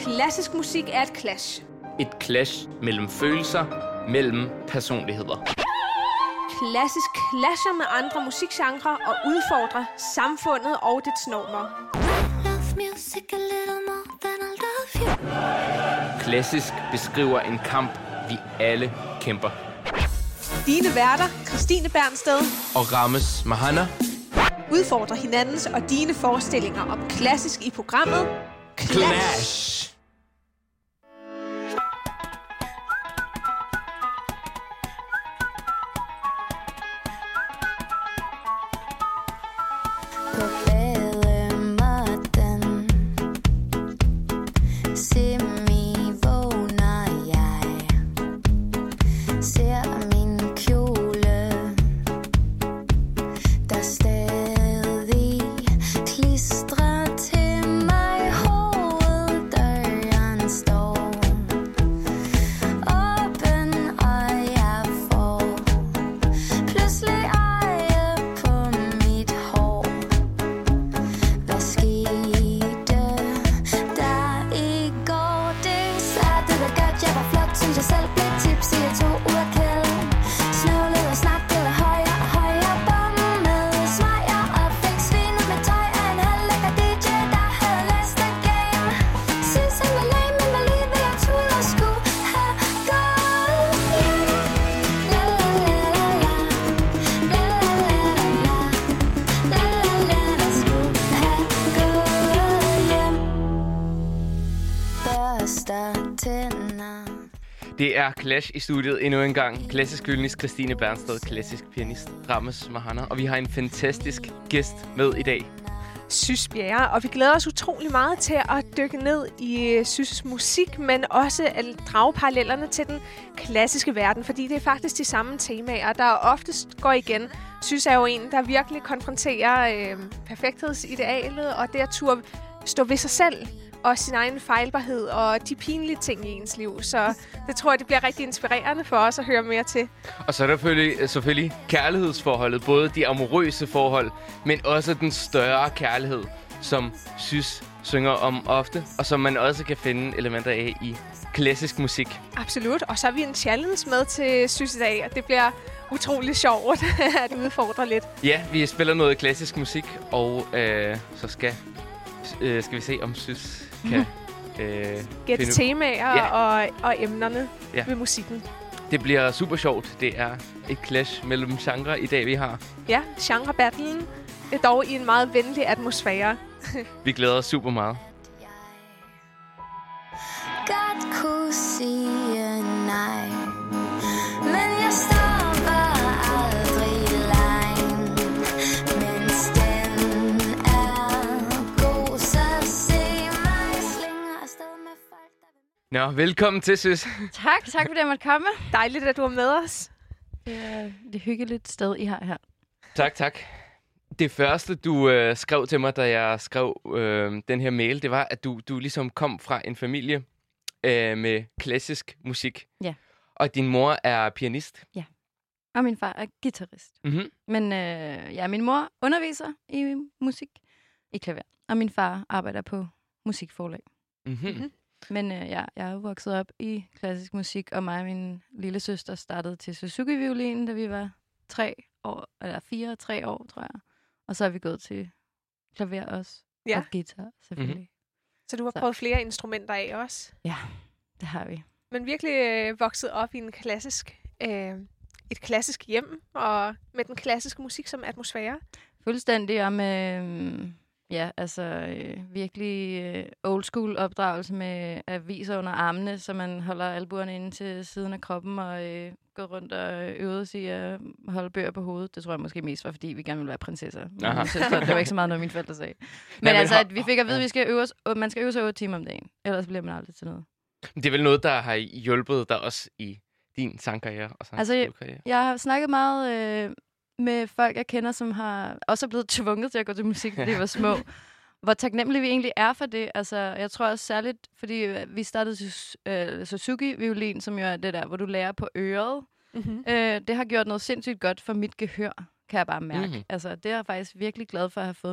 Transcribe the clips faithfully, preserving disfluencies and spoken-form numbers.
Klassisk musik er et clash. Et clash mellem følelser, mellem personligheder. Klassisk clasher med andre musikgenrer og udfordrer samfundet og dets normer. Klassisk beskriver en kamp, vi alle kæmper. Dine værter, Kristine Bernsted og Rames Mahana, udfordrer hinandens og dine forestillinger om klassisk i programmet Clash. Clash. Det er Clash i studiet endnu en gang. Klassisk violinist Kristine Bernsted, klassisk pianist Rames Mahana. Og vi har en fantastisk gæst med i dag. Sys Bjerre, og vi glæder os utrolig meget til at dykke ned i Sys' musik, men også at drage parallellerne til den klassiske verden, fordi det er faktisk de samme temaer, der oftest går igen. Sys er jo en, der virkelig konfronterer øh, perfekthedsidealet, og det at turde stå ved sig selv, og sin egen fejlbarhed og de pinlige ting i ens liv. Så det tror jeg, det bliver rigtig inspirerende for os at høre mere til. Og så er der selvfølgelig, selvfølgelig kærlighedsforholdet. Både de amorøse forhold, men også den større kærlighed, som Sys synger om ofte, og som man også kan finde elementer af i klassisk musik. Absolut. Og så har vi en challenge med til Sys i dag, og det bliver utrolig sjovt at udfordre lidt. Ja, vi spiller noget klassisk musik, og øh, så skal, øh, skal vi se, om Sys kan øh, gætte temaer ja. og, og emnerne ja. ved musikken. Det bliver super sjovt. Det er et clash mellem genre i dag, vi har. Ja, genre-battlen er dog i en meget venlig atmosfære. Vi glæder os super meget. Godt kunne sige nej, men jeg stopper aldrig line, mens den er god, så se mig slinger afsted med folk, der vil... Nå, velkommen til, Sys. Tak, tak fordi jeg måtte komme. Dejligt, at du er med os. Det er det hyggeligt sted, I har her. Tak, tak. Det første, du øh, skrev til mig, da jeg skrev øh, den her mail, det var, at du, du ligesom kom fra en familie øh, med klassisk musik. Ja. Og din mor er pianist. Ja. Og min far er guitarist. Mm-hmm. Men øh, ja, min mor underviser i musik i klaver. Og min far arbejder på musikforlag. Mm-hmm. Mm-hmm. Men øh, ja, jeg er vokset op i klassisk musik, og mig og min lille søster startede til Suzuki-violin, da vi var tre år, eller fire, tre år, tror jeg. Og så er vi gået til klaver også, ja. og guitar selvfølgelig. Mm-hmm. Så du har så. prøvet flere instrumenter af også? Ja, det har vi. Men virkelig øh, vokset op i en klassisk, øh, et klassisk hjem, og med den klassiske musik som atmosfære? Fuldstændig, og med øh, ja, altså, øh, virkelig øh, old school opdragelse med aviser under armene, så man holder albuerne inde til siden af kroppen og øh, går rundt og øver sig i at holde bøger på hovedet. Det tror jeg måske mest var, fordi vi gerne ville være prinsesser. Søster, det var ikke så meget noget, mine forældre sagde. Men, Nej, men altså, at vi fik at vide, at vi skal øve os, man skal øve sig otte timer om dagen. Ellers bliver man aldrig til noget. Det er vel noget, der har hjulpet dig også i din sangkarriere og sangkarriere? Altså, jeg, jeg har snakket meget øh, med folk, jeg kender, som har også er blevet tvunget til at gå til musik, da de var små. Hvor taknemmelige vi egentlig er for det. Altså, jeg tror også særligt, fordi vi startede uh, Suzuki-violin, som jo er det der, hvor du lærer på øret. Mm-hmm. Uh, det har gjort noget sindssygt godt for mit gehør, kan jeg bare mærke. Mm-hmm. Altså, det er jeg faktisk virkelig glad for at have fået med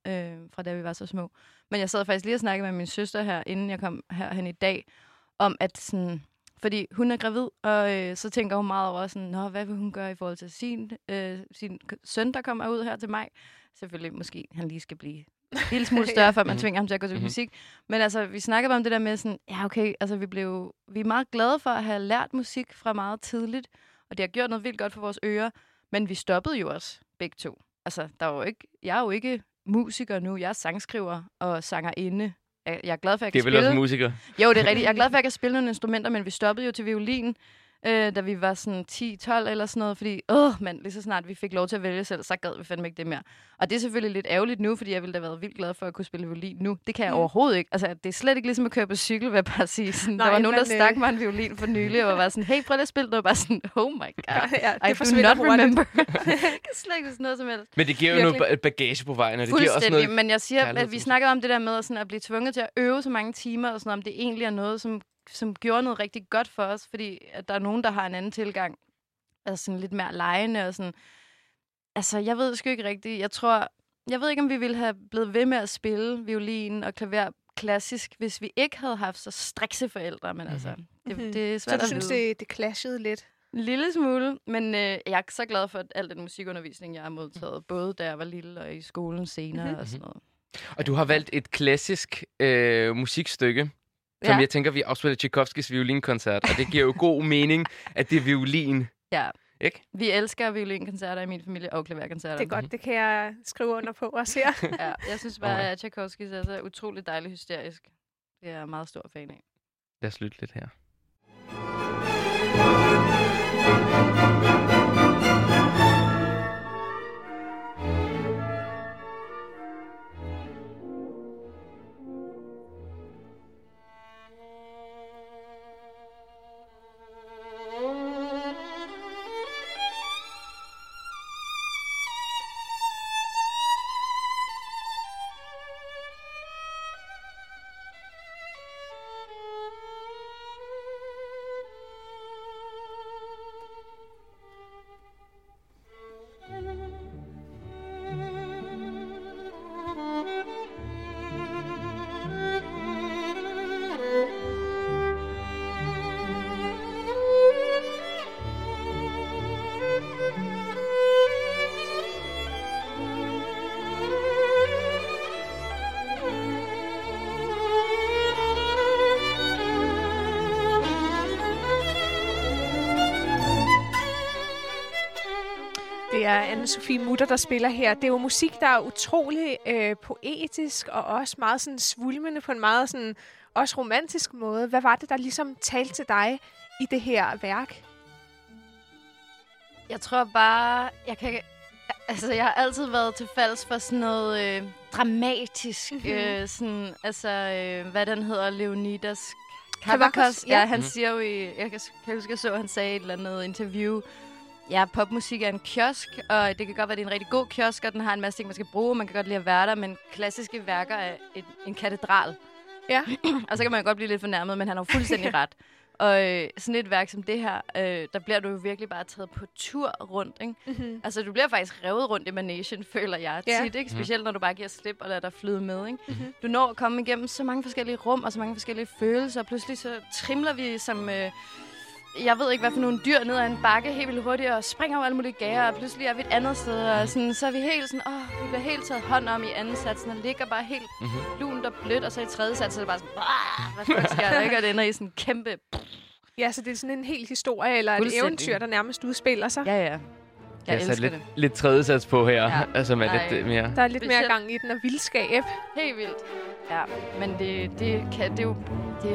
øh, fra da vi var så små. Men jeg sad faktisk lige og snakkede med min søster her, inden jeg kom herhen i dag, om at sådan... Fordi hun er gravid, og øh, så tænker hun meget over sådan, nå, hvad vil hun gøre i forhold til sin, øh, sin søn, der kommer ud her til mig. Selvfølgelig, måske han lige skal blive en lille smule større, ja. før man tvinger ham til at gå til mm-hmm. musik. Men altså, vi snakkede om det der med sådan, ja okay, altså vi blev, vi er meget glade for at have lært musik fra meget tidligt, og det har gjort noget vildt godt for vores ører, men vi stoppede jo også begge to. Altså, der var jo ikke, jeg er jo ikke musiker nu, jeg er sangskriver og sangerinde. Jeg er glad for, at jeg det er kan vel spille. også musiker? Jo, det er rigtigt. Jeg er glad for, at jeg kan spille nogle instrumenter, men vi stoppede jo til violin, øh, da vi var sådan ti tolv eller sådan noget, fordi, åh mand, lige så snart vi fik lov til at vælge selv, så gad vi fandme ikke det mere. Og det er selvfølgelig lidt ærgerligt nu, fordi jeg ville da have været vildt glad for at kunne spille violin nu. Det kan jeg mm. overhovedet ikke. Altså, det er slet ikke ligesom at køre på cykel, vil jeg bare sige. Sådan, Nej, der var nogen, der stak mig en violin for nylig, og var sådan, hey, prøv lige at spille det, og bare sådan, oh my god, ja, det I do not remember. Jeg kan slet ikke sådan noget som helst. Men det giver jo noget bagage på vejen, og det giver også noget... men jeg siger, at vi snakker om det der med sådan at blive tvunget til at øve så mange timer, og sådan, om det egentlig er noget, som som gjorde noget rigtig godt for os, fordi at der er nogen, der har en anden tilgang, altså sådan lidt mere legende og sådan. Altså, jeg ved sgu ikke rigtigt. Jeg tror, jeg ved ikke, om vi ville have blevet ved med at spille violin og klaver klassisk, hvis vi ikke havde haft så strikse forældre, men altså, det, mm-hmm. det er svært Så du at synes, det, det clashede lidt? En lille smule, men øh, jeg er så glad for al den musikundervisning, jeg har modtaget, både da jeg var lille og i skolen senere mm-hmm. og sådan noget. Og du har valgt et klassisk øh, musikstykke, som ja. jeg tænker, vi afspiller Tchaikovskys violinkoncert, og det giver jo god mening, at det er violin. Ja. Ikke? Vi elsker violinkoncerter i min familie og klaverkoncerter. Det er godt, det kan jeg skrive under på også her. Ja, jeg synes bare, at Tchaikovskys er så utroligt dejligt hysterisk. Det er jeg meget stor fan af. Lad os lytte lidt her. Det er Anne-Sophie Mutter, der spiller her. Det er jo musik, der er utrolig øh, poetisk og også meget sådan svulmende på en meget sådan også romantisk måde. Hvad var det, der ligesom talte til dig i det her værk? Jeg tror bare, jeg kan... Altså, jeg har altid været til falds for sådan noget øh, dramatisk. Mm-hmm. Øh, sådan, altså, øh, hvad den hedder, Leonidas Kavakos. Ja, ja, han mm-hmm. siger jo i... Jeg kan, kan huske, jeg så, han sagde i et eller andet interview... Ja, popmusik er en kiosk, og det kan godt være, det er en rigtig god kiosk, og den har en masse ting, man skal bruge. Man kan godt lide at være der, men klassiske værker er et, en katedral. Ja. Og så kan man jo godt blive lidt fornærmet, men han har jo fuldstændig ret. Og øh, sådan et værk som det her, øh, der bliver du jo virkelig bare taget på tur rundt, ikke? Mm-hmm. Altså, du bliver faktisk revet rundt i managen, føler jeg ja. tit, ikke? Specielt når du bare giver slip og lader dig flyde med, ikke? Mm-hmm. Du når at komme igennem så mange forskellige rum og så mange forskellige følelser, og pludselig så trimler vi som... Øh, Jeg ved ikke, hvad for nogle dyr ned ad en bakke helt vildt hurtigt, og springer over alle mulige gager, og pludselig er vi et andet sted, og sådan, så er vi helt sådan, åh, vi bliver helt taget hånd om i anden satsen, og ligger bare helt mm-hmm. lunt og blødt, og så i tredje sats, så er det bare sådan, hvad fuck sker der, ikke? Og det ender i sådan en kæmpe... Ja, så det er sådan en hel historie, eller et eventyr, der nærmest udspiller sig. Ja, ja. Jeg elsker lidt, det. Lidt tredje sats på her, ja. altså med Nej. lidt mere... Der er lidt mere gang i den, og vildskab. Helt vildt. Ja, men det, det kan, det er jo... Det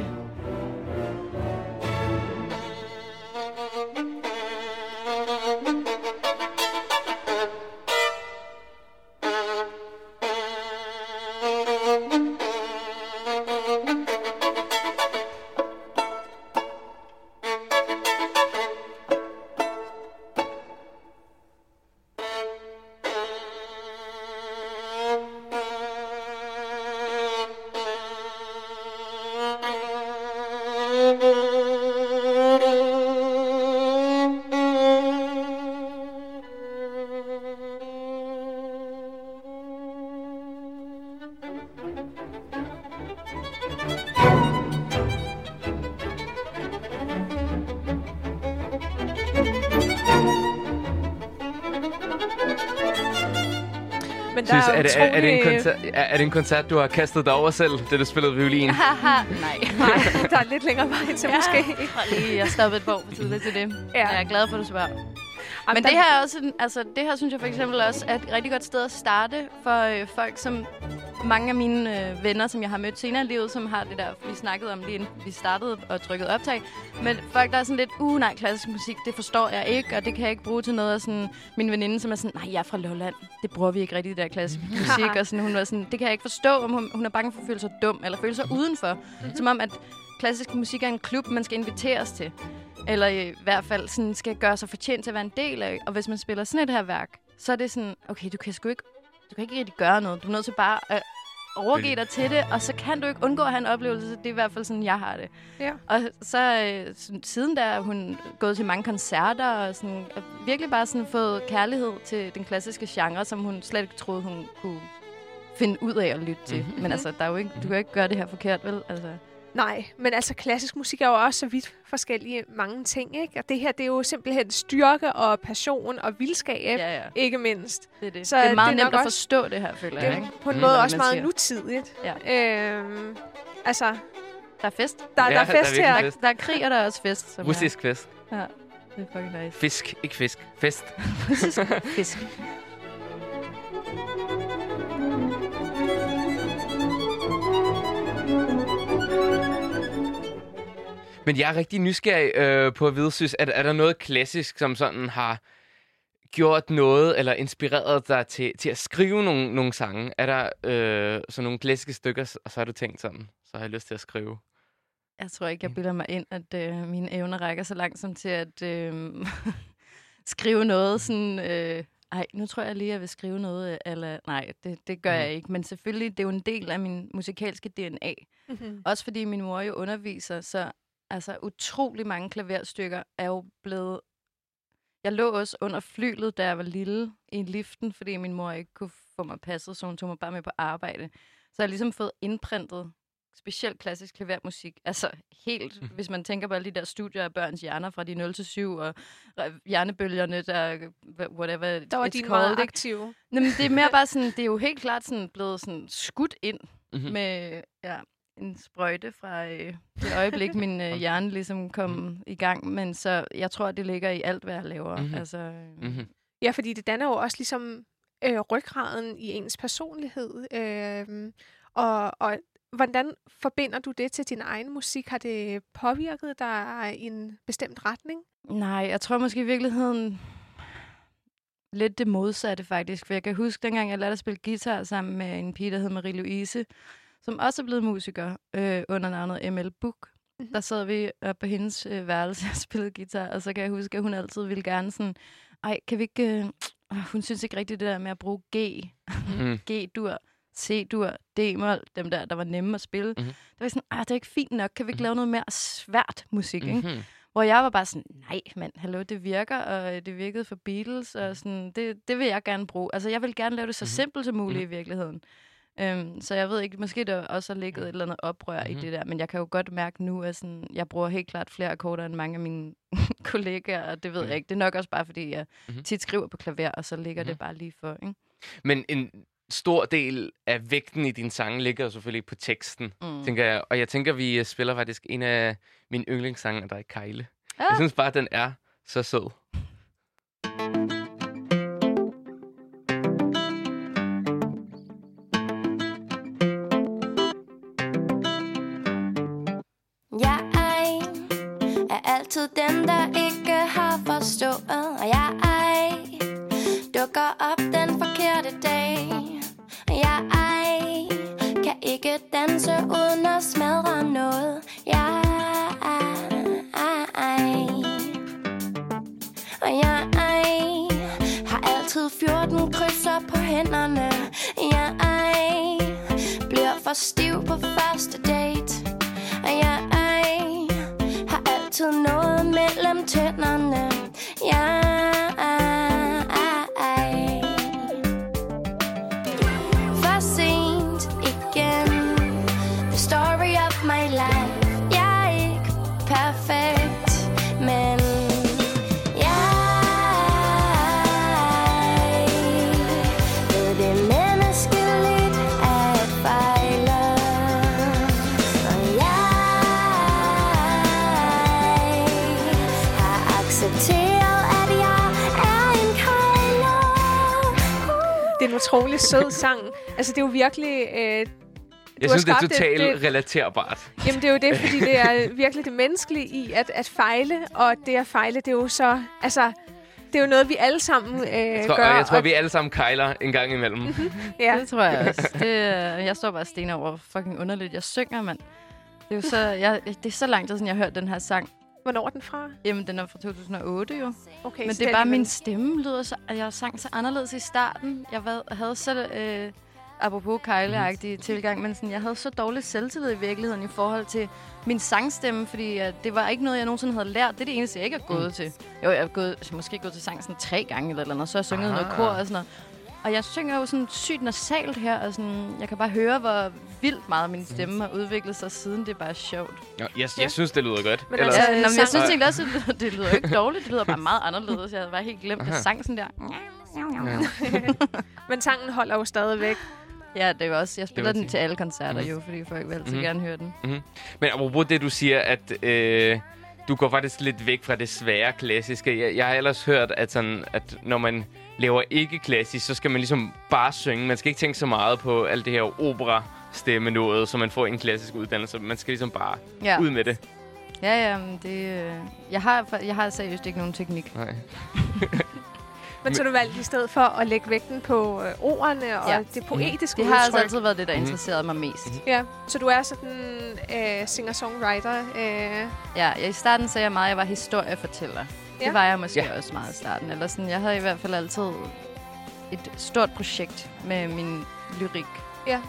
Men der Synes, er, er, det, er, er, det en utrolig- koncert, er, er det en koncert, du har kastet dig over selv, da du spillede violin? Haha, nej. Nej, der er lidt længere vej til måske. Hold lige, jeg stoppede et bog for tidligt til det. Ja. Ja. Jeg er glad for, at du spørger. Jamen, Men der- det her, er også en, altså, det her synes jeg for eksempel også er et rigtig godt sted at starte for øh, folk, som mange af mine øh, venner, som jeg har mødt senere i livet, som har det der, vi snakkede om lige inden vi startede og trykkede optag. Men folk, der er sådan lidt, uh nej, klassisk musik, det forstår jeg ikke, og det kan jeg ikke bruge til noget. Og sådan, min veninde, som er sådan, nej, jeg er fra Lolland, det bruger vi ikke rigtig, det der klassisk musik. Og sådan, hun var sådan, det kan jeg ikke forstå, om hun, hun er bange for at føle sig dum, eller føle sig udenfor. Mm-hmm. Som om, at klassisk musik er en klub, man skal inviteres til. Eller i hvert fald sådan, skal gøre sig fortjent til at være en del af. Og hvis man spiller sådan et her værk, så er det sådan, okay, du kan sgu ikke, du kan ikke rigtig gøre noget. Du er nødt til bare at overgive dig til det, og så kan du ikke undgå at have en oplevelse. Det er i hvert fald sådan, jeg har det. Ja. Og så øh, sådan, siden der er hun gået til mange koncerter, og sådan, og virkelig bare sådan fået kærlighed til den klassiske genre, som hun slet ikke troede, hun kunne finde ud af at lytte til. Mhm. Men altså, der er jo ikke, du kan ikke gøre det her forkert, vel? Altså. Nej, men altså klassisk musik er jo også så vidt forskellige mange ting, ikke? Og det her, det er jo simpelthen styrke og passion og vildskab, Ja, ja. ikke mindst. Det er det. Så Så det er meget det er nemt nok at også- forstå det her, føler Det jeg, er ikke? på en Mm. måde Hvad også man meget siger. nutidigt. Ja. Øhm, altså, Der er fest. der, Ja, der er der er fest virkelig her. fest. Der er krig, og der er også fest. Som Russisk fest. Er, ja, det er fucking nice. Fisk, ikke fisk. Fest. Russisk fisk. Men jeg er rigtig nysgerrig øh, på at vide, synes, er, er der noget klassisk, som sådan har gjort noget, eller inspireret dig til, til at skrive nogle, nogle sange? Er der øh, sådan nogle klassiske stykker, og så har du tænkt sådan, så har jeg lyst til at skrive? Jeg tror ikke, jeg bilder mig ind, at øh, mine evner rækker så langt som til at øh, skrive noget sådan... Øh, ej, nu tror jeg lige, at jeg vil skrive noget, eller... Nej, det, det gør Mm. jeg ikke. Men selvfølgelig, det er jo en del af min musikalske D N A. Mm-hmm. Også fordi min mor jo underviser, så altså utrolig mange klaverstykker er jo blevet... Jeg lå også under flylet, da jeg var lille i liften, fordi min mor ikke kunne få mig passet, så hun tog mig bare med på arbejde. Så jeg har ligesom fået indprintet specielt klassisk klavermusik. Altså helt, mm. hvis man tænker på alle de der studier af børns hjerner fra de nul til syv, og hjernebølgerne, der whatever Der var it's din called, meget ikke? aktive. Jamen, det er mere bare sådan, det er jo helt klart sådan blevet sådan skudt ind Mhm. med ja, en sprøjte fra øh, det øjeblik, min øh, hjerne ligesom kom Mhm. i gang. Men så jeg tror, det ligger i alt, hvad jeg laver. Mhm. Altså, øh, Mm-hmm. Ja, fordi det danner jo også ligesom øh, ryggraden i ens personlighed. Øh, og, og hvordan forbinder du det til din egen musik? Har det påvirket dig i en bestemt retning? Nej, jeg tror måske i virkeligheden lidt det modsatte faktisk. For jeg kan huske, dengang jeg lærte at spille guitar sammen med en pige, der hed Marie-Louise, som også er blevet musiker øh, under navnet M L Book. Mhm. Der sad vi oppe på hendes øh, værelse og spillede guitar, og så kan jeg huske, at hun altid ville gerne sådan, ej, kan vi ikke... Øh, hun synes ikke rigtigt det der med at bruge G, Mm. G-dur, C-dur, D-mol, dem der, der var nemme at spille. Mhm. Der var sådan, ah, det er ikke fint nok, kan vi ikke lave noget mere svært musik, ikke? Mm-hmm. Hvor jeg var bare sådan, nej, mand, hallo, det virker, og det virkede for Beatles, og sådan, det, det vil jeg gerne bruge. Altså, jeg vil gerne lave det så Mhm. simpelt som muligt Mhm. i virkeligheden. Um, så jeg ved ikke, måske der også har ligget et eller andet oprør Mhm. i det der, men jeg kan jo godt mærke nu, at sådan, jeg bruger helt klart flere akkorder end mange af mine kollegaer, og det ved Mhm. jeg ikke. Det er nok også bare, fordi jeg Mhm. tit skriver på klaver, og så ligger Mhm. det bare lige for, ikke? Men en stor del af vægten i din sang ligger jo selvfølgelig på teksten, Mm. tænker jeg. Og jeg tænker, vi øh, spiller faktisk en af mine yndlingssange af dig, Kejle. Ah. Jeg synes bare, den er så sød. Jeg er altid den, der ikke har forstået, og jeg dukker op den forkerte dag. Jeg kan ikke danse uden at smadre noget. Jeg og jeg har altid fjorten krydser på hænderne. Jeg bliver for stiv på første date. Og jeg har altid noget mellem tænderne. Jeg for sent, utrolig sød sang. Altså, det er jo virkelig... Øh, Jeg synes, det er totalt det, det, relaterbart. Jamen, det er jo det, fordi det er virkelig det menneskelige i at, at fejle, og det at fejle, det er jo så... Altså, det er jo noget, vi alle sammen øh, jeg tror, gør. Og jeg tror, og vi alle sammen kejler en gang imellem. Mm-hmm. Ja. Det tror jeg også. Det, jeg står bare sten over fucking underligt. Jeg synger, mand. Det er jo så, jeg, det er så lang tid siden, jeg har hørt den her sang. Hvornår er den fra? Jamen, den er fra to tusind og otte jo. Okay, men det er bare, min stemme lyder så... Jeg sang så anderledes i starten. Jeg var, havde så... Øh, apropos Kejle-agtig tilgang, men sådan, jeg havde så dårlig selvtillid i virkeligheden i forhold til min sangstemme, fordi uh, det var ikke noget, jeg nogensinde havde lært. Det er det eneste, jeg ikke har gået mm. til. Jo, jeg har gået, altså, måske gået til sang sådan tre gange eller noget, så har jeg sunget noget kor og sådan noget. Og jeg synger jo sådan sygt nasalt her, og sådan, jeg kan bare høre, hvor vildt meget min stemme har udviklet sig siden. Det er bare sjovt. Ja, jeg, jeg synes, det lyder godt. Men Eller? altså, ja, nå, men jeg synes egentlig også, at det, det lyder ikke dårligt. Det lyder bare meget anderledes. Jeg havde bare helt glemt, at jeg sang sådan der. Men sangen holder jo stadigvæk. Ja, det var også. Jeg spiller den sige. til alle koncerter mm. jo, fordi folk vil altid mm. gerne høre den. Mm. Men apropos det, du siger, at øh, du går faktisk lidt væk fra det svære klassiske. Jeg, jeg har ellers hørt, at, sådan, at når man laver ikke klassisk, så skal man ligesom bare synge. Man skal ikke tænke så meget på alt det her opera-stemme noget, som man får i en klassisk uddannelse. Man skal ligesom bare ja. ud med det. Ja, ja, men det... Øh, jeg, har, jeg har seriøst ikke nogen teknik. Nej. Men så du valgte i stedet for at lægge vægten på øh, ordene og ja. det poetiske Det har udtryk. altså altid været det, der interesserede mig mest. Ja, så du er sådan øh, singer-songwriter. Øh. Ja, i starten sagde jeg meget, at jeg var historiefortæller. Ja. Det var jeg måske ja. også meget i starten. Eller sådan, jeg havde i hvert fald altid et stort projekt med min lyrik. Ja.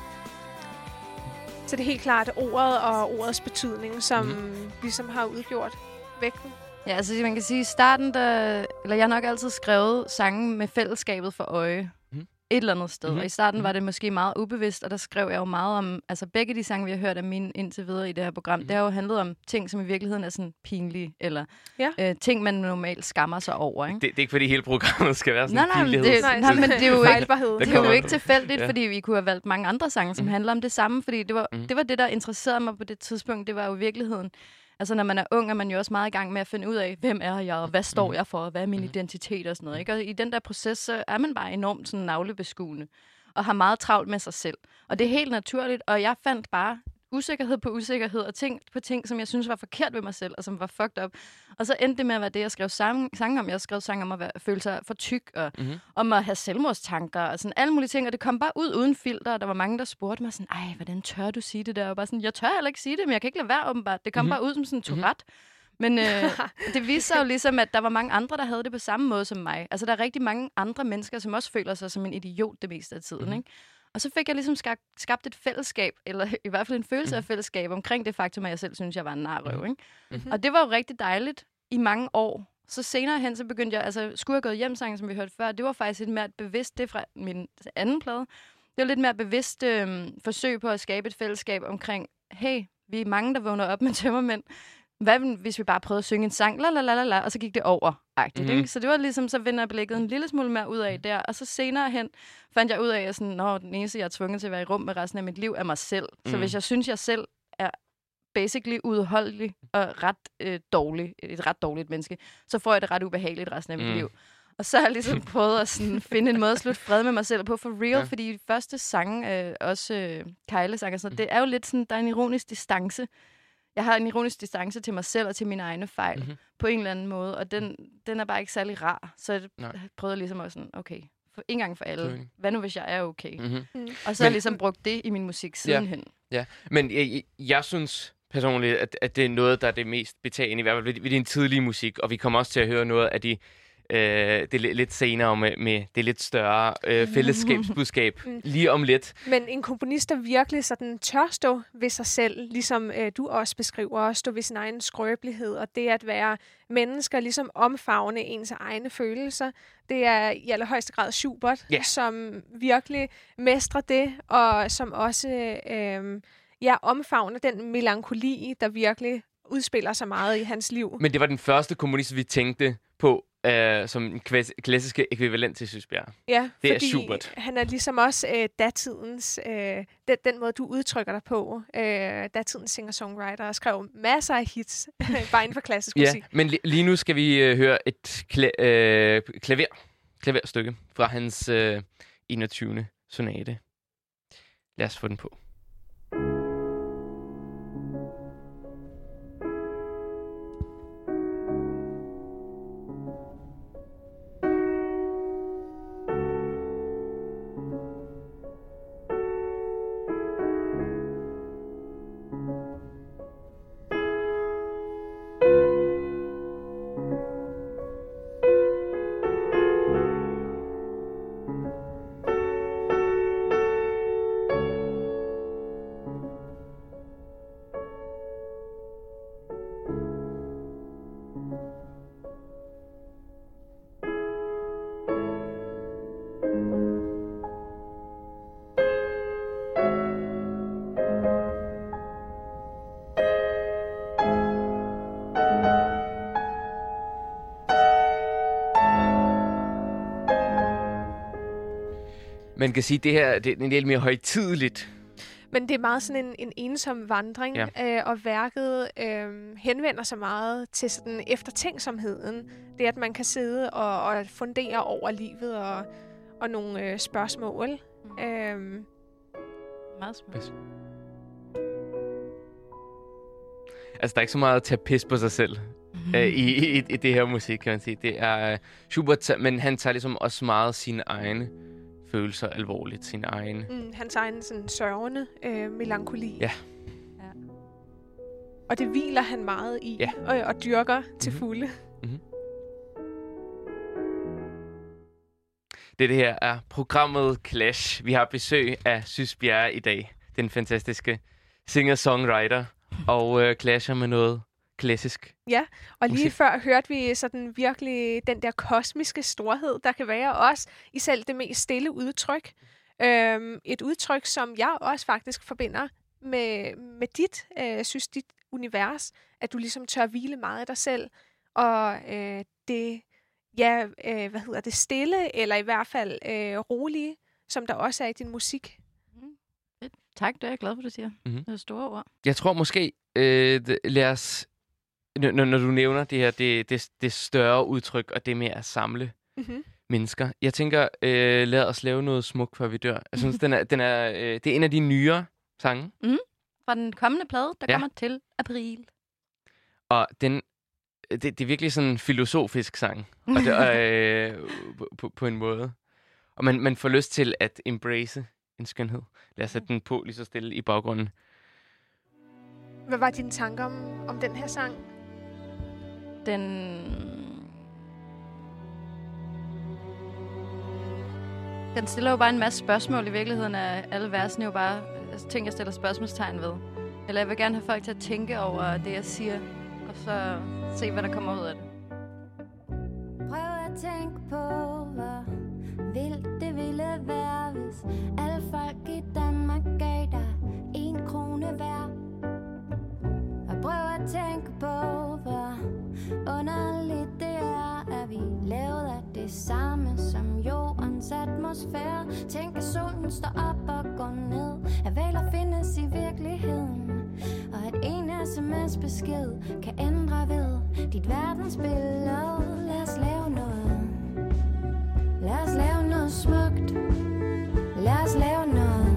Så det er helt klart ordet og ordets betydning, som mm. ligesom har udgjort vægten. Ja, altså man kan sige, i starten, der, eller jeg har nok altid skrevet sange med fællesskabet for øje. Mm. Et eller andet sted. Mm-hmm. Og i starten var det måske meget ubevidst, og der skrev jeg jo meget om, altså begge de sange, vi har hørt af mine indtil videre i det her program, mm. det har jo handlet om ting, som i virkeligheden er sådan pinlige, eller ja. øh, ting, man normalt skammer sig over, ikke? Det, det er ikke, fordi hele programmet skal være sådan nej, nej, pinlighed. Det, nej, men det er jo ikke, det er jo ikke tilfældigt, ja. fordi vi kunne have valgt mange andre sange, som mm. handler om det samme, fordi det var, mm. det var det, der interesserede mig på det tidspunkt. Det var jo i virkeligheden. Altså, når man er ung, er man jo også meget i gang med at finde ud af, hvem er jeg, og hvad står jeg for, og hvad er min identitet og sådan noget, ikke? Og i den der proces, så er man bare enormt sådan navlebeskuende, og har meget travlt med sig selv. Og det er helt naturligt, og jeg fandt bare usikkerhed på usikkerhed, og ting på ting, som jeg synes var forkert ved mig selv, og som var fucked up. Og så endte det med at være det, jeg skrev sang, sang om. Jeg skrev sang om at være, føle sig for tyk, og mm-hmm. om at have selvmordstanker, og sådan alle mulige ting. Og det kom bare ud uden filter, og der var mange, der spurgte mig sådan, ej, hvordan tør du sige det der? Og bare sådan, jeg tør heller ikke sige det, men jeg kan ikke lade være åbenbart. Det kom mm-hmm. bare ud som sådan en Tourette. Mm-hmm. Men øh, det viste sig jo ligesom, at der var mange andre, der havde det på samme måde som mig. Altså, der er rigtig mange andre mennesker, som også føler sig som en idiot det meste af tiden, mm-hmm. ikke? Og så fik jeg ligesom skabt, skabt et fællesskab, eller i hvert fald en følelse af fællesskab omkring det faktum, at jeg selv synes, jeg var en narrøv, ikke? Mm-hmm. Og det var jo rigtig dejligt i mange år. Så senere hen, så begyndte jeg, altså Skulle jeg gået hjem sangen, som vi hørte før, det var faktisk lidt mere bevidst, det fra min anden plade. Det var lidt mere bevidst øh, forsøg på at skabe et fællesskab omkring, hey, vi er mange, der vågner op med tømmermænd. Hvad hvis vi bare prøvede at synge en sang, la la la la, og så gik det over. Mm-hmm. Ikke? Så det var ligesom, så vender jeg blikket en lille smule mere ud af der. Og så senere hen fandt jeg ud af, at sådan, Nå, den eneste, jeg er tvunget til at være i rum med resten af mit liv, er mig selv. Mm. Så hvis jeg synes, jeg selv er basically udholdelig og ret øh, dårlig, et ret dårligt menneske, så får jeg det ret ubehageligt resten af mit mm. liv. Og så har jeg ligesom prøvet at sådan, finde en måde at slutte fred med mig selv på for real, ja. Fordi de første sange, øh, også øh, Kejle-sange, så mm. det er jo lidt sådan, der er en ironisk distance. Jeg har en ironisk distance til mig selv og til mine egne fejl, mm-hmm. på en eller anden måde, og den, den er bare ikke særlig rar. Så jeg Nej. prøvede ligesom også sådan, okay, for en gang for alle, okay. hvad nu hvis jeg er okay? Mm-hmm. Mm. Og så har jeg ligesom brugt det i min musik sidenhen. Ja, ja. Men jeg, jeg, jeg synes personligt, at, at det er noget, der er det mest betagende, i hvert fald ved, ved din tidlige musik, og vi kommer også til at høre noget af de Øh, det er lidt senere med, med det lidt større øh, fællesskabsbudskab mm. lige om lidt. Men en komponist, der virkelig sådan tør stå ved sig selv, ligesom øh, du også beskriver, stå ved sin egen skrøbelighed, og det at være mennesker, ligesom omfavne ens egne følelser, det er i allerhøjeste grad Schubert, yeah. som virkelig mestrer det, og som også øh, ja, omfavner den melankoli, der virkelig udspiller sig meget i hans liv. Men det var den første komponist, vi tænkte på, Uh, som en klassiske ekvivalent til Sysbjerg. Ja, det fordi er Schubert. Han er ligesom også uh, datidens, uh, den, den måde, du udtrykker dig på, uh, datidens singer-songwriter, og skrev masser af hits, bare inden for klassisk ja, musik. Men li- lige nu skal vi uh, høre et kla- uh, klaver, klaverstykke fra hans uh, enogtyvende sonate. Lad os få den på. Man kan sige, at det her det er lidt mere højtideligt. Men det er meget sådan en, en ensom vandring, ja. øh, og værket øh, henvender sig meget til sådan eftertænksomheden. Det, at man kan sidde og, og fundere over livet og, og nogle øh, spørgsmål. Mm. Øh. Meget smukt. Altså, der er ikke så meget at tage pis på sig selv mm-hmm. øh, i, i, i det her musik, kan man sige. Det er øh, Schubert, men han tager ligesom også meget sine egne følelser alvorligt, sin egen. Mm, hans egen sådan sørgende øh, melankoli. Ja. ja. Og det hviler han meget i, ja. og, og dyrker mm-hmm. til fulde. Mm-hmm. Det, det her er programmet Clash. Vi har besøg af Sys Bjerre i dag. Den fantastiske singer-songwriter. Og øh, clasher med noget klassisk. Ja, og lige musik. Før hørte vi sådan virkelig den der kosmiske storhed, der kan være også i selv det mest stille udtryk. Øhm, et udtryk, som jeg også faktisk forbinder med, med dit, øh, synes dit univers, at du ligesom tør hvile meget af dig selv, og øh, det, ja, øh, hvad hedder det, stille, eller i hvert fald øh, rolige, som der også er i din musik. Mm. Tak, det er jeg glad for, du siger. Mm-hmm. Det er store ord. Jeg tror måske, øh, lad os Når, når du nævner det her, det, det, det større udtryk, og det med at samle mm-hmm. mennesker. Jeg tænker, øh, lad os lave noget smukt, før vi dør. Jeg synes, den er, den er, øh, det er en af de nyere sange. Mm. Fra den kommende plade, der ja. kommer til april. Og den, det, det er virkelig sådan en filosofisk sang. Og det, øh, på, på, på en måde. Og man, man får lyst til at embrace en skønhed. Lad os sætte den på lige så stille i baggrunden. Hvad var dine tanker om, om den her sang? Den... Den stiller jo bare en masse spørgsmål. I virkeligheden er alle versene jo bare altså, ting, jeg stiller spørgsmålstegn ved. Eller jeg vil gerne have folk til at tænke over det, jeg siger, og så se, hvad der kommer ud af det. Prøv at tænke på, hvor vildt det ville være, hvis alle folk i Danmark gav dig en krone hver. Og prøv at tænke på, hvor underligt det er, at vi lavede af det samme som jordens atmosfære. Tænk, at solen står op og går ned, at valer findes i virkeligheden, og at en sms-besked kan ændre ved dit verdensbillede. Lad os lave noget. Lad os lave noget smukt. Lad os lave noget.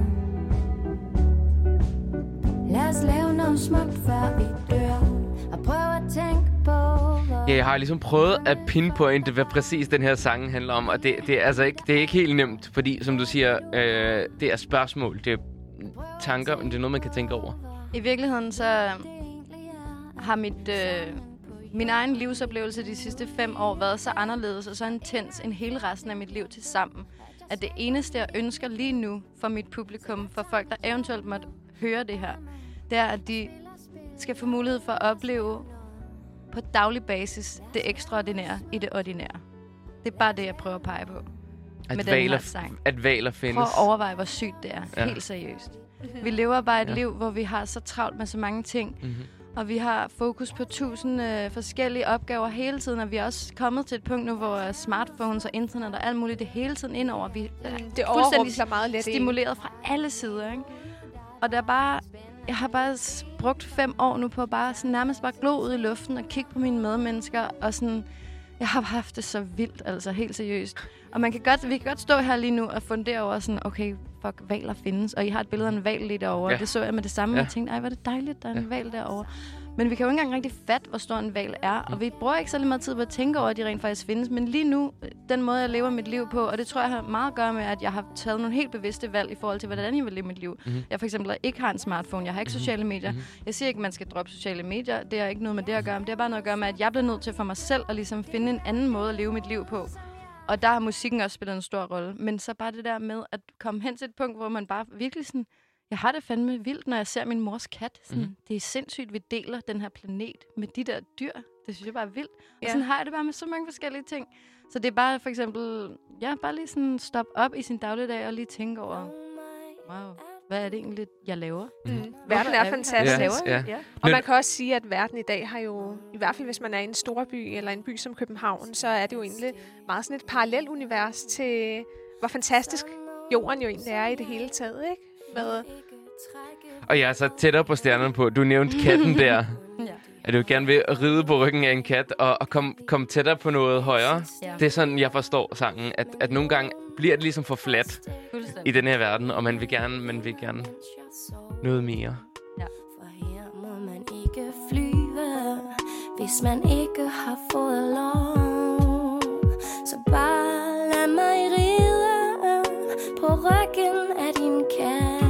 Lad os lave noget smukt, før vi dør. Og prøv at tænke på... Ja, jeg har ligesom prøvet at pinpointe, hvad præcis den her sang handler om. Og det, det, er, altså ikke, det er ikke helt nemt, fordi som du siger, øh, det er spørgsmål, det er tanker, men det er noget, man kan tænke over. I virkeligheden så har mit, øh, min egen livsoplevelse de sidste fem år været så anderledes og så intens end hele resten af mit liv til sammen. At det eneste, jeg ønsker lige nu for mit publikum, for folk, der eventuelt måtte høre det her, det er, at de skal få mulighed for at opleve på daglig basis det ekstraordinære i det ordinære. Det er bare det, jeg prøver at pege på at med valer, den her sang. At valer findes. Prøv at overveje, hvor sygt det er. Ja. Helt seriøst. Mm-hmm. Vi lever bare et ja. liv, hvor vi har så travlt med så mange ting. Mm-hmm. Og vi har fokus på tusind øh, forskellige opgaver hele tiden. Og vi er også kommet til et punkt nu, hvor smartphones og internet og alt muligt det hele tiden indover. Vi er mm, det fuldstændig meget let stimuleret fra alle sider. Ikke? Og der er bare... Jeg har bare brugt fem år nu på at bare sådan nærmest bare glo ud i luften og kigge på mine medmennesker og sådan Jeg har haft det så vildt, altså helt seriøst. Og man kan godt, vi kan godt stå her lige nu og fundere over sådan, okay, fuck, valer findes. Og I har et billede af en val lige derovre. Ja. Det så jeg med det samme, ja. Jeg tænkte, ej, hvor er det dejligt, der er en ja. val derovre. Men vi kan jo ikke engang rigtig fatte, hvor stor en val er. Og vi bruger ikke så meget tid på at tænke over, at de rent faktisk findes. Men lige nu, den måde, jeg lever mit liv på, og det tror jeg har meget at gøre med, at jeg har taget nogle helt bevidste valg i forhold til, hvordan jeg vil leve mit liv. Mm-hmm. Jeg for eksempel ikke har en smartphone, jeg har ikke sociale medier. Mm-hmm. Jeg siger ikke, at man skal droppe sociale medier. Det har ikke noget med det at gøre. Men det har bare noget at gøre med, at jeg bliver nødt til for mig selv at ligesom finde en anden måde at leve mit liv på. Og der har musikken også spillet en stor rolle. Men så bare det der med at komme hen til et punkt, hvor man bare virkelig sådan... Jeg har det fandme vildt, når jeg ser min mors kat. Sådan, mm. Det er sindssygt, vi deler den her planet med de der dyr. Det synes jeg bare er vildt. Ja. Og sådan har jeg det bare med så mange forskellige ting. Så det er bare for eksempel... Ja, bare lige sådan stoppe op i sin dagligdag og lige tænke over... Wow, hvad er det egentlig, jeg laver? Mm. Mm. Verden er fantastisk. Ja. Ja. Ja. Og man kan også sige, at verden i dag har jo... I hvert fald, hvis man er i en stor by eller en by som København, så er det jo egentlig meget sådan et parallelt univers til, hvor fantastisk jorden jo egentlig er i det hele taget, ikke? Med og jeg er så tættere på stjernerne på. Du nævnte katten der. Ja. At du gerne vil ride på ryggen af en kat og, og komme kom tættere på noget højere. Ja. Det er sådan, jeg forstår sangen. At, at nogle gange bliver det ligesom for fladt i den her verden, og man vil gerne, man vil gerne noget mere. Ja. For her må man ikke flyve, hvis man ikke har fået lov. Så bare lad mig ride på ryggen af din kat.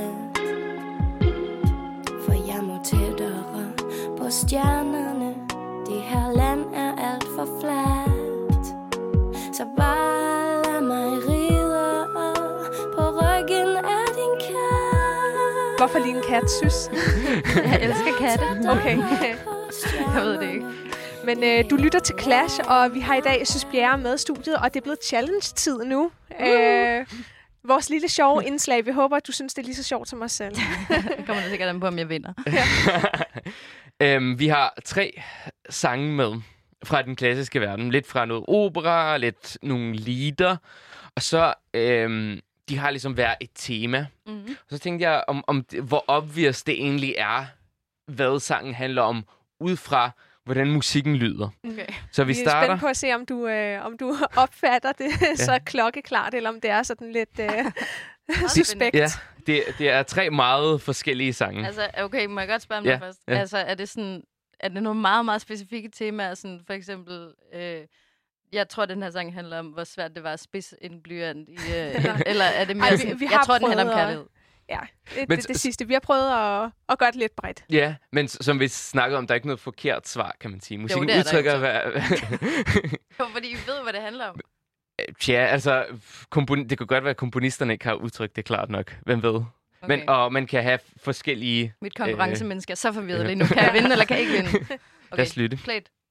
Stjernerne, det her land er alt for fladt. Så bare lad mig ride på ryggen af din kat. Hvorfor lige en kat, synes? Jeg elsker katte. Okay. Jeg ved det ikke. Men øh, du lytter til Clash, og vi har i dag Sys Bjerre med studiet, og det er blevet challenge-tid nu. Uh. Øh, vores lille sjove indslag. Vi håber, at du synes, det er lige så sjovt som os selv. Det kommer da sikkert an på, om jeg vinder. øhm, vi har tre sange med fra den klassiske verden. Lidt fra noget opera, lidt nogle lieder. Og så, øhm, de har ligesom hver et tema. Mm-hmm. Og så tænkte jeg, om, om det, hvor obvious det egentlig er, hvad sangen handler om, ud fra hvordan musikken lyder. Okay. Så vi, vi starter... er spændt på at se, om du, øh, om du opfatter det ja. så klokkeklart, eller om det er sådan lidt øh, suspekt. Ja, det, det er tre meget forskellige sange. Altså, okay, må jeg godt spørge om ja. det først? Ja. Altså, er det sådan, er det nogle meget, meget specifikke temaer, sådan for eksempel... Øh, jeg tror, den her sang handler om, hvor svært det var at spidse en blyant i... Øh, eller er det mere Ej, vi, sådan... Vi jeg tror, den handler om kærlighed. Ja, det, men, det, det sidste. Vi har prøvet at, at gøre det lidt bredt. Ja, men som vi snakker om, der er ikke noget forkert svar, kan man sige. Musikken jo, udtrykker... Hvad... jo, fordi I ved, hvad det handler om. Tja, altså, kompon- det kan godt være, at komponisterne ikke har udtrykt det klart nok. Hvem ved? Okay. Men, og man kan have forskellige... Mit konkurrencemenneske er så forvirret lige nu. Kan jeg vinde, eller kan jeg ikke vinde? Okay. Lad os lytte. Play it.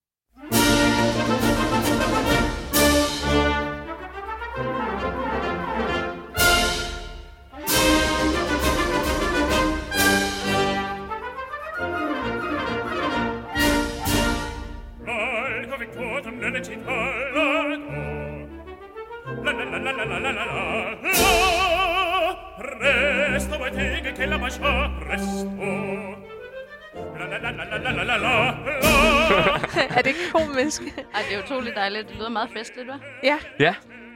Presto vuoi te che la bacia presto. Er det ikke komisk? Ej, det er utroligt dejligt. Det lyder meget festligt, hva'? Ja. Ja.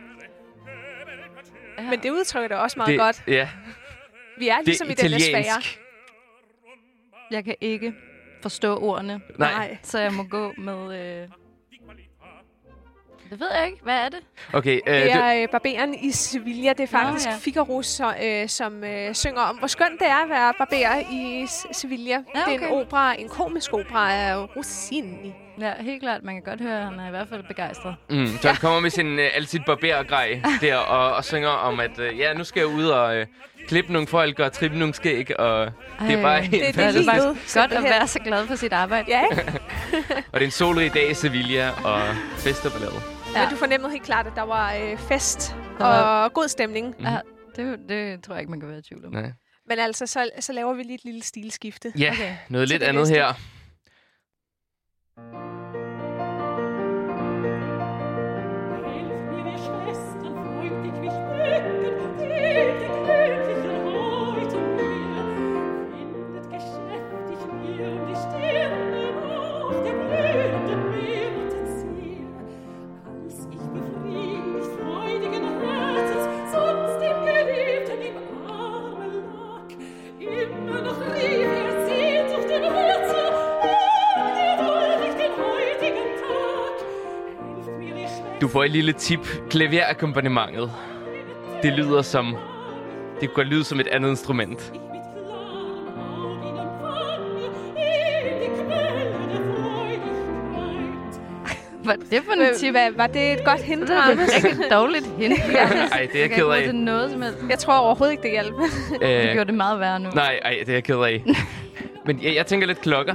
Men det udtrykker det også meget det, godt. Ja. Vi er ligesom i den sfære. Jeg kan ikke forstå ordene. Nej. Så jeg må gå med... Øh Det ved jeg ikke. Hvad er det? Okay, øh, det er øh, Barberen i Sevilla. Det er faktisk Nå, ja. Figaro, så, øh, som øh, synger om, hvor skønt det er at være barber i Sevilla. Ja, okay. Det er en opera, en komisk opera af Rossini. Ja, helt klart. Man kan godt høre, at han er i hvert fald begejstret. Mm, så han kommer med sin øh, alt sit barbergrej der og, og synger om, at øh, ja, nu skal jeg ud og øh, klippe nogle folk og trippe nogle skæg. Og Ej, det er bare helt det, det er bare godt at være så glad for sit arbejde. Ja, og det er en solrig dag i Sevilla og fest og ballade. Ja. Men du fornemmede helt klart, at der var øh, fest der var... og god stemning. Mm. Ja, det, det tror jeg ikke, man kan være i tvivl om. Nej. Men altså, så, så laver vi lige et lille stilskifte. Ja, okay. Noget så lidt andet næste. Her. Du får et lille tip. Klaverakkompagnementet. Det lyder som... Det kunne godt lyde som et andet instrument. Hvad er det for en tip? Hvad, var det et godt hint, Det er et Anders? rigtig dårligt hint. Ej, det er jeg ked af. Det noget som helst. Jeg tror overhovedet ikke, det hjælper. Det Øh, gjorde det meget værre nu. nej, ej, det er jeg ked af. Men jeg, jeg tænker lidt klokker.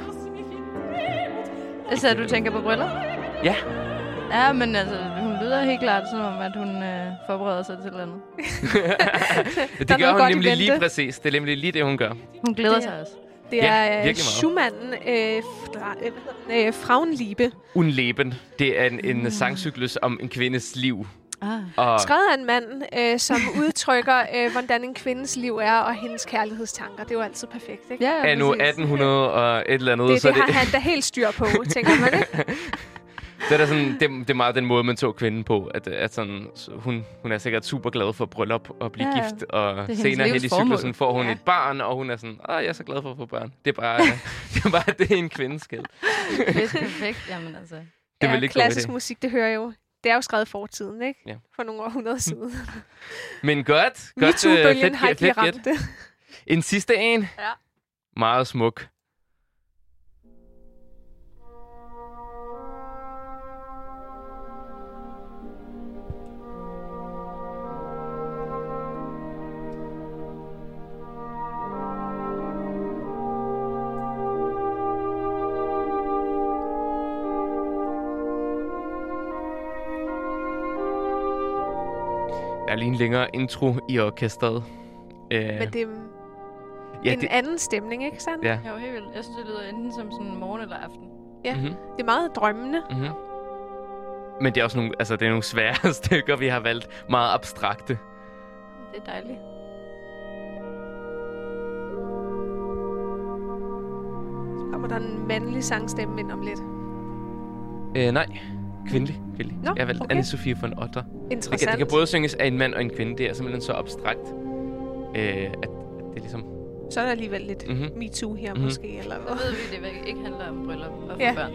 Så du tænker på briller? Ja. Ja, men altså, hun lyder helt klart som om, at hun øh, forbereder sig til et eller andet. Det Der gør er hun noget nemlig godt i lige vente. præcis. Det er nemlig lige det, hun gør. Hun glæder Det sig er- også. Det Ja, er virkelig meget. Schumann, øh, fra, øh, Frauenliebe. Unleben. Det er en, en sangcyklus om en kvindes liv. Ah. Og Skrevet af en mand, øh, som udtrykker, øh, hvordan en kvindes liv er, og hendes kærlighedstanker. Det er jo altid perfekt, ikke? Ja, ja, anno præcis. atten hundrede og et eller andet. Det, så det har han da helt styr på, tænker man, ikke? det, er der sådan, det, det er meget den måde, man tog kvinden på. At, at sådan, så hun, hun er sikkert super glad for bryllup og blive Ja, ja. gift. Og hendes senere hen i livs formål. cyklusen får hun Ja. et barn, og hun er sådan, åh, jeg er så glad for at få børn. Det er bare, det er, bare det er en kvindes skæld. Det er perfekt. Jamen altså. Det ja, vil ikke gå med klassisk det. musik, det hører jo. Det er jo skrevet i fortiden, ikke? Ja. For nogle århundreder siden. Men godt. godt øh, MeToo-bølgen fedt, har ikke fedt lige gæt. ramt det. En sidste en. Ja. Meget smuk. Der er lige en længere intro i orkestret. Øh, Men det er ja, en det, anden stemning, ikke sandt? ja. Jo, helt vildt. Jeg synes, det lyder enten som sådan morgen eller aften. Ja. Mm-hmm. Det er meget drømmende. Mm-hmm. Men det er også nogle, altså, det er nogle svære stykker, vi har valgt. Meget abstrakte. Det er dejligt. Så kommer der en mandlig sangstemme ind om lidt. Øh, nej. Kvindelig. Kvindelig. Nå, Jeg har valgt okay. Anne-Sophie von Otter. Det Interessant. kan, det kan både synges af en mand og en kvinde. Det er simpelthen så abstrakt, øh, at, at det er ligesom... Så er der alligevel lidt Mhm. MeToo her Mhm. måske, eller Så hvad? ved vi, det ikke handler om bryllup og få Ja. børn.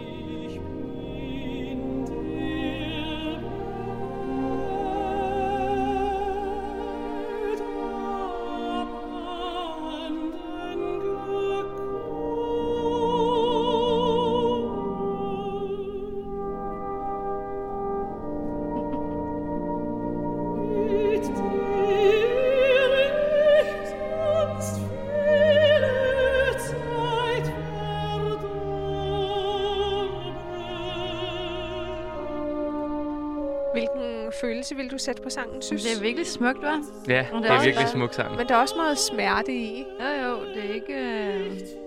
Hvilken følelse vil du sætte på sangen, synes? Det er virkelig smukt, hva'? Ja, Og det er også virkelig bare- smuk sang. Men der er også meget smerte i. Jo, jo, det er ikke... Øh...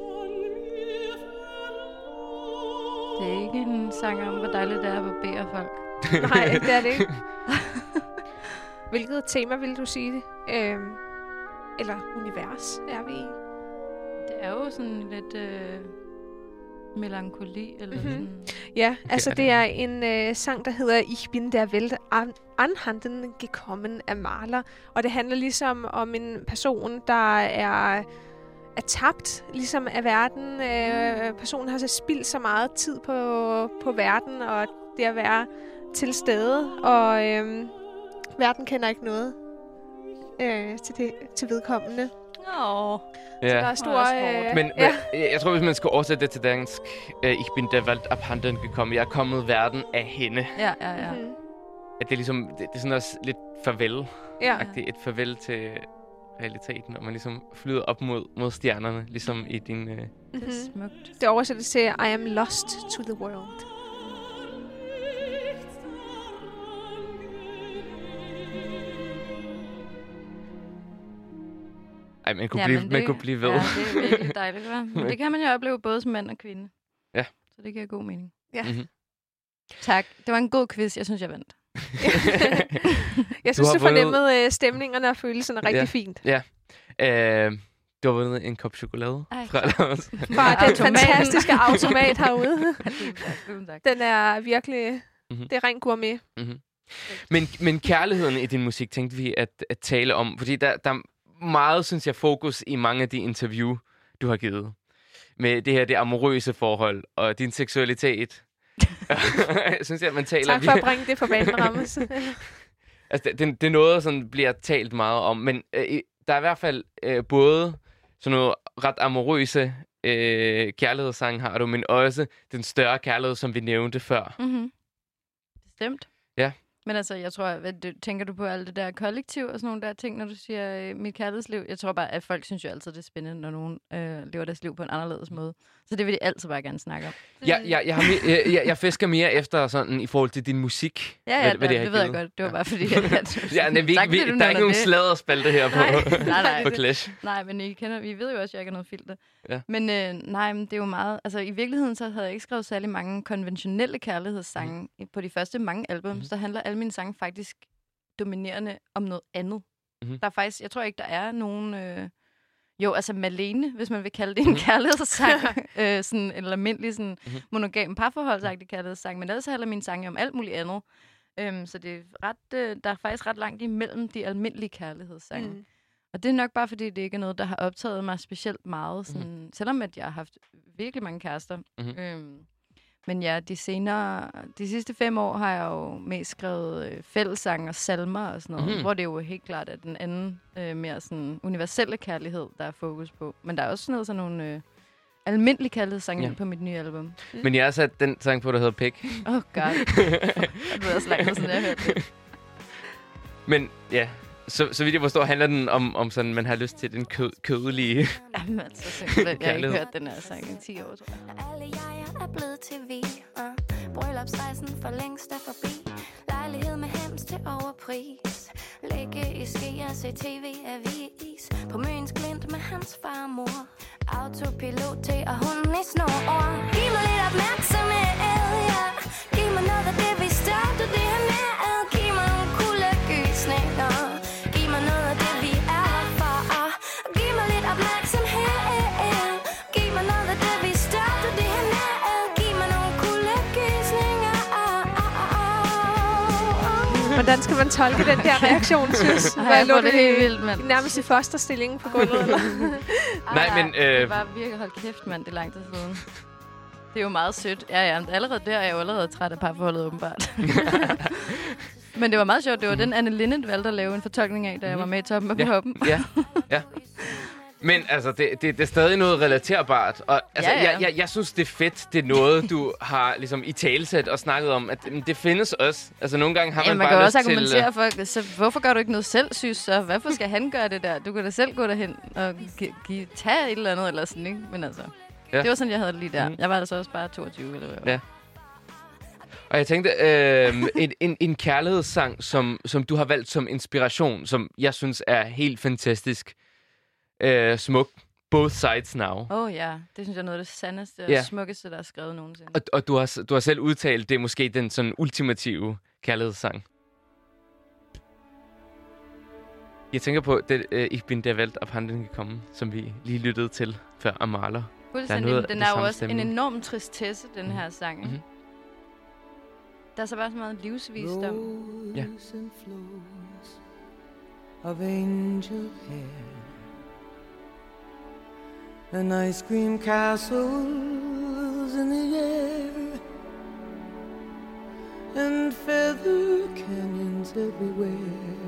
Det er ikke en sang om, hvor dejligt det er at barbere folk. Nej, det er det ikke. Hvilket tema vil du sige det? Øhm, eller univers er vi i? Det er jo sådan lidt øh, melankoli, eller Mhm. sådan... Ja, altså er det det. er en øh, sang, der hedder Ich bin der Welt an anhanden gekommen af Maler. Og det handler ligesom om en person, der er, er tabt ligesom af verden. Øh, personen har så spildt så meget tid på, på verden, og det at være til stede. Og øh, verden kender ikke noget øh, til, det, til vedkommende. Åh, Der Ja. er Nå, stor... også hårdt. Øh, Men, ja. men jeg tror, hvis man skal oversætte det til dansk, uh, Ich bin der Welt abhanden gekommen. Jeg er kommet verden af hende. ja, ja, ja. Mhm. At det er ligesom, det, det er sådan også lidt farvel. Ja. Et farvel til realiteten, og man ligesom flyder op mod, mod stjernerne, ligesom i din... Uh... Det Mhm. er smukt. Det oversættes til I am lost to the world. Ej, man kunne, Ja, blive, men man det- kunne blive ved. Ja, det er virkelig dejligt, hva'? Men det kan man jo opleve både som mand og kvinde. Ja. Så det giver god mening. Ja. Mhm. Tak. Det var en god quiz. Jeg synes, jeg vandt. Jeg synes, har du fornemmede øh, stemningerne og følelserne rigtig Ja. fint. Uh, du har vundet en kop chokolade Ej, fra os. Fra den Automaten. fantastiske automat herude. Tusind tak. Tusind tak. Den er virkelig... Mhm. Det er rent gourmet. Mm-hmm. Men, men kærligheden i din musik tænkte vi at, at tale om, fordi der, der er meget, synes jeg, fokus i mange af de interview, du har givet. Med det her, det amorøse forhold og din seksualitet. jeg synes, at man taler... Tak for at bringe det på banen, Rammes. altså, det, det, det er noget, der sådan bliver talt meget om, men øh, der er i hvert fald øh, både sådan noget ret amorøse øh, kærlighedssange har du, men også den større kærlighed, som vi nævnte før. Mm-hmm. Bestemt. Ja. Men altså, jeg tror, hvad, du, tænker du på alt det der kollektiv og sådan nogle der ting, når du siger øh, mit kærlighedsliv? Jeg tror bare, at folk synes jo altid, det er spændende, når nogen øh, lever deres liv på en anderledes måde. Så det vil de altid bare gerne snakke om. Ja, jeg, jeg, har me- jeg, jeg, jeg fisker mere efter sådan i forhold til din musik. Ja, ja, hvad, det, hvad det, det ved jeg godt. Det var ja. bare fordi, at... at ja, nej, vi, tak, vi, der er ikke nogen sladderspalte her på, nej, nej, nej, på Clash. Nej, men I kender, vi ved jo også, at jeg ikke har noget filter. Ja. Men øh, nej, men det er jo meget... Altså, i virkeligheden så havde jeg ikke skrevet særlig mange konventionelle kærlighedssange. Mm. På de første mange album, mm. så handler alle mine sange faktisk dominerende om noget andet. Mm-hmm. Der er faktisk... Jeg tror ikke, der er nogen... Øh, jo, altså Malene, hvis man vil kalde det en mm-hmm. kærlighedssang. øh, sådan en almindelig sådan, mm-hmm. monogam parforholdsagtig kærlighedssang. Men ellers handler mine sange om alt muligt andet. Øhm, så det er ret, øh, der er faktisk ret langt imellem de almindelige kærlighedssange. Mm. Og det er nok bare, fordi det ikke er noget, der har optaget mig specielt meget. Sådan, mm-hmm. Selvom at jeg har haft virkelig mange kærester. Mm-hmm. Øhm, men ja, de senere, de sidste fem år har jeg jo mest skrevet øh, fællessange og salmer og sådan noget. Mm-hmm. Hvor det jo helt klart er den anden, øh, mere sådan universelle kærlighed, der er fokus på. Men der er også sådan noget, sådan nogle øh, almindelige kærlighedssange ja. på mit nye album. Mm. Men jeg har sat den sang på, der hedder Pæk. Åh, oh god. Det er også langt, sådan jeg har hørt det. Men ja... Så, så vidt jeg forstår, handler den om, om sådan, man har lyst til den kød, kødelige Jamen altså, simpelthen. Jeg har ikke hørt den her sang i ti år, tror jeg. Alle jeg er blevet til vi. Uh, bryllupsrejsen for længst er forbi. Lejlighed med hems til overpris. Ligge i ski og se tv-avis. På Møns Klint med hans far og mor. Autopilot til og hunden i snor. Giv mig lidt opmærksomhed, ja. Giv mig noget af det, vi starter det her med. Giv mig nogle kulde gysninger. Giv mig noget af det, vi er her for. Giv mig lidt opmærksomhed. Giv mig noget af det, vi starter det her med. Giv mig nogle kulde gysninger. Hvordan skal man tolke den der reaktion, synes? Hvad lå det helt vildt, mand? Nærmest i fosterstillingen på gulvet, eller? Nej, men... Øh... Det var virkelig, hold kæft, mand, det er lang tid siden. Det er jo meget sødt. Ja, ja, allerede der er jeg jo allerede træt af parforholdet, åbenbart. Men det var meget sjovt. Det var den Anne Linnet valgte at lave en fortolkning af, da jeg var med i Toppen af ja. Poppen. Ja, ja. Men altså, det, det, det er stadig noget relaterbart. Og altså, ja, ja. Jeg, jeg, jeg synes, det er fedt. Det er noget, du har ligesom i talesæt og snakket om, at det findes også. Altså, nogle gange har man, ja, man bare kan lyst også til... argumentere for, så hvorfor gør du ikke noget selv, synes så? Hvorfor skal han gøre det der? Du kan da selv gå derhen og g- g- tage et eller andet, eller sådan, ikke? Men altså, ja. Det var sådan, jeg havde det lige der. Mm. Jeg var altså også bare toogtyve, eller hvad. Ja. Og jeg tænkte, øh, en, en, en kærlighedssang, som, som du har valgt som inspiration, som jeg synes er helt fantastisk. Øh, smuk. Both Sides Now. Åh oh, ja, det synes jeg er noget af det sandeste og ja. smukkeste, der er skrevet nogensinde. Og, og du, har, du har selv udtalt, det er måske den sådan ultimative kærlighedssang. Jeg tænker på, det uh, Ich bin der Welt abhanden gekommen, som vi lige lyttede til før Amaler. Fuldstændig, den er jo også en enorm tristesse, den her sang. Mm-hmm. Der er så bare så meget livsvisdom. Ja. Of angel hair and ice cream castles in the air and feather canyons everywhere.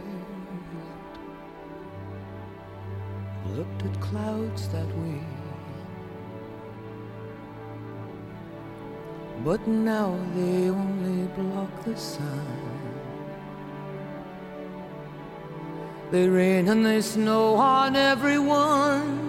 Looked at clouds that way, but now they only block the sun. They rain and they snow on everyone.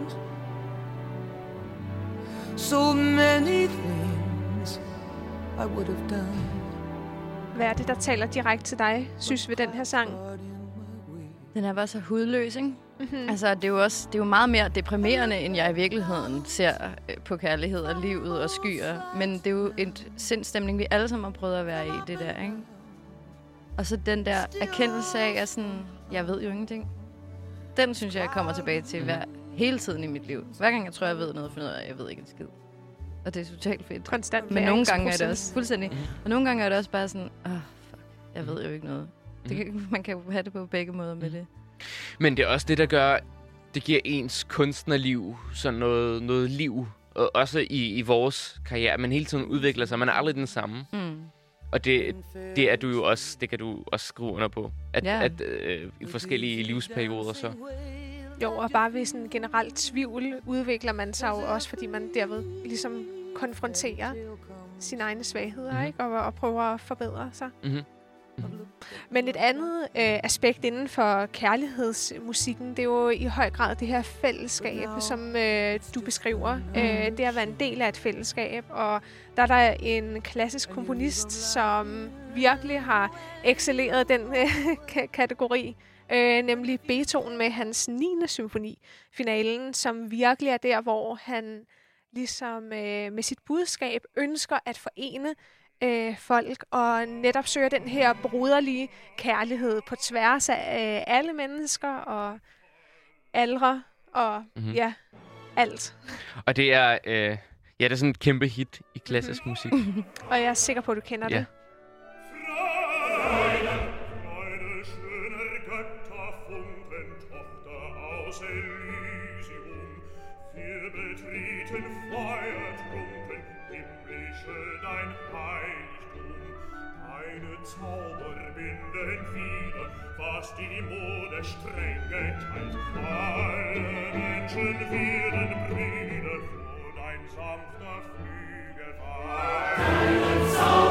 So many things I would have done. Hvad er det, der taler direkte til dig, synes, ved den her sang? Den er bare så hudløs, ikke? Mm-hmm. Altså, det er jo også det er jo meget mere deprimerende, end jeg i virkeligheden ser på kærlighed og livet og skyer. Men det er jo en sindstemning, vi alle sammen har prøvet at være i, det der, ikke? Og så den der erkendelse af, at sådan, jeg ved jo ingenting. Den synes jeg, jeg kommer tilbage til hver, hele tiden i mit liv. Hver gang jeg tror, jeg ved noget, finder jeg, jeg ved ikke en skid. Og det er totalt fedt. Konstant. Men nogle gange er det også fuldstændig. Mm. Og nogle gange er det også bare sådan, åh, oh, fuck, jeg ved jo ikke noget. Det kan, man kan jo have det på begge måder med det. Men det er også det, der gør, det giver ens kunstnerliv sådan noget, noget liv og også i, i vores karriere, men hele tiden udvikler sig. Man er aldrig den samme. Mm. Og det, det er du jo også, det kan du også skrive under på. At, Ja. at øh, i forskellige livsperioder så. Jo, og bare ved sådan generelt tvivl udvikler man sig jo også, fordi man derved ligesom konfronterer sine egne svagheder, Mhm. ikke? Og, og prøver at forbedre sig. Mm-hmm. Men et andet øh, aspekt inden for kærlighedsmusikken, det er jo i høj grad det her fællesskab, som øh, du beskriver. Mm. Øh, det at være en del af et fællesskab, og der er der en klassisk komponist, som virkelig har excelleret den øh, k- kategori, øh, nemlig Beethoven med hans niende symfoni, finalen, som virkelig er der, hvor han ligesom øh, med sit budskab ønsker at forene øh, folk, og netop søger den her broderlige kærlighed på tværs af øh, alle mennesker og aldre og Mhm. ja, alt. Og det er, øh, ja, det er sådan et kæmpe hit i klassisk musik. Og jeg er sikker på, at du kender Ja. det. Freude, Freude schöner Götterfunken, Tochter aus Elysium, wir betreten feuertrunken, himmlische dein Heiligtum. Deine Zauber binden wieder, was die Mode strenge teilt. Alle Menschen werden Brüder, wo dein sanfter Flügel weilt.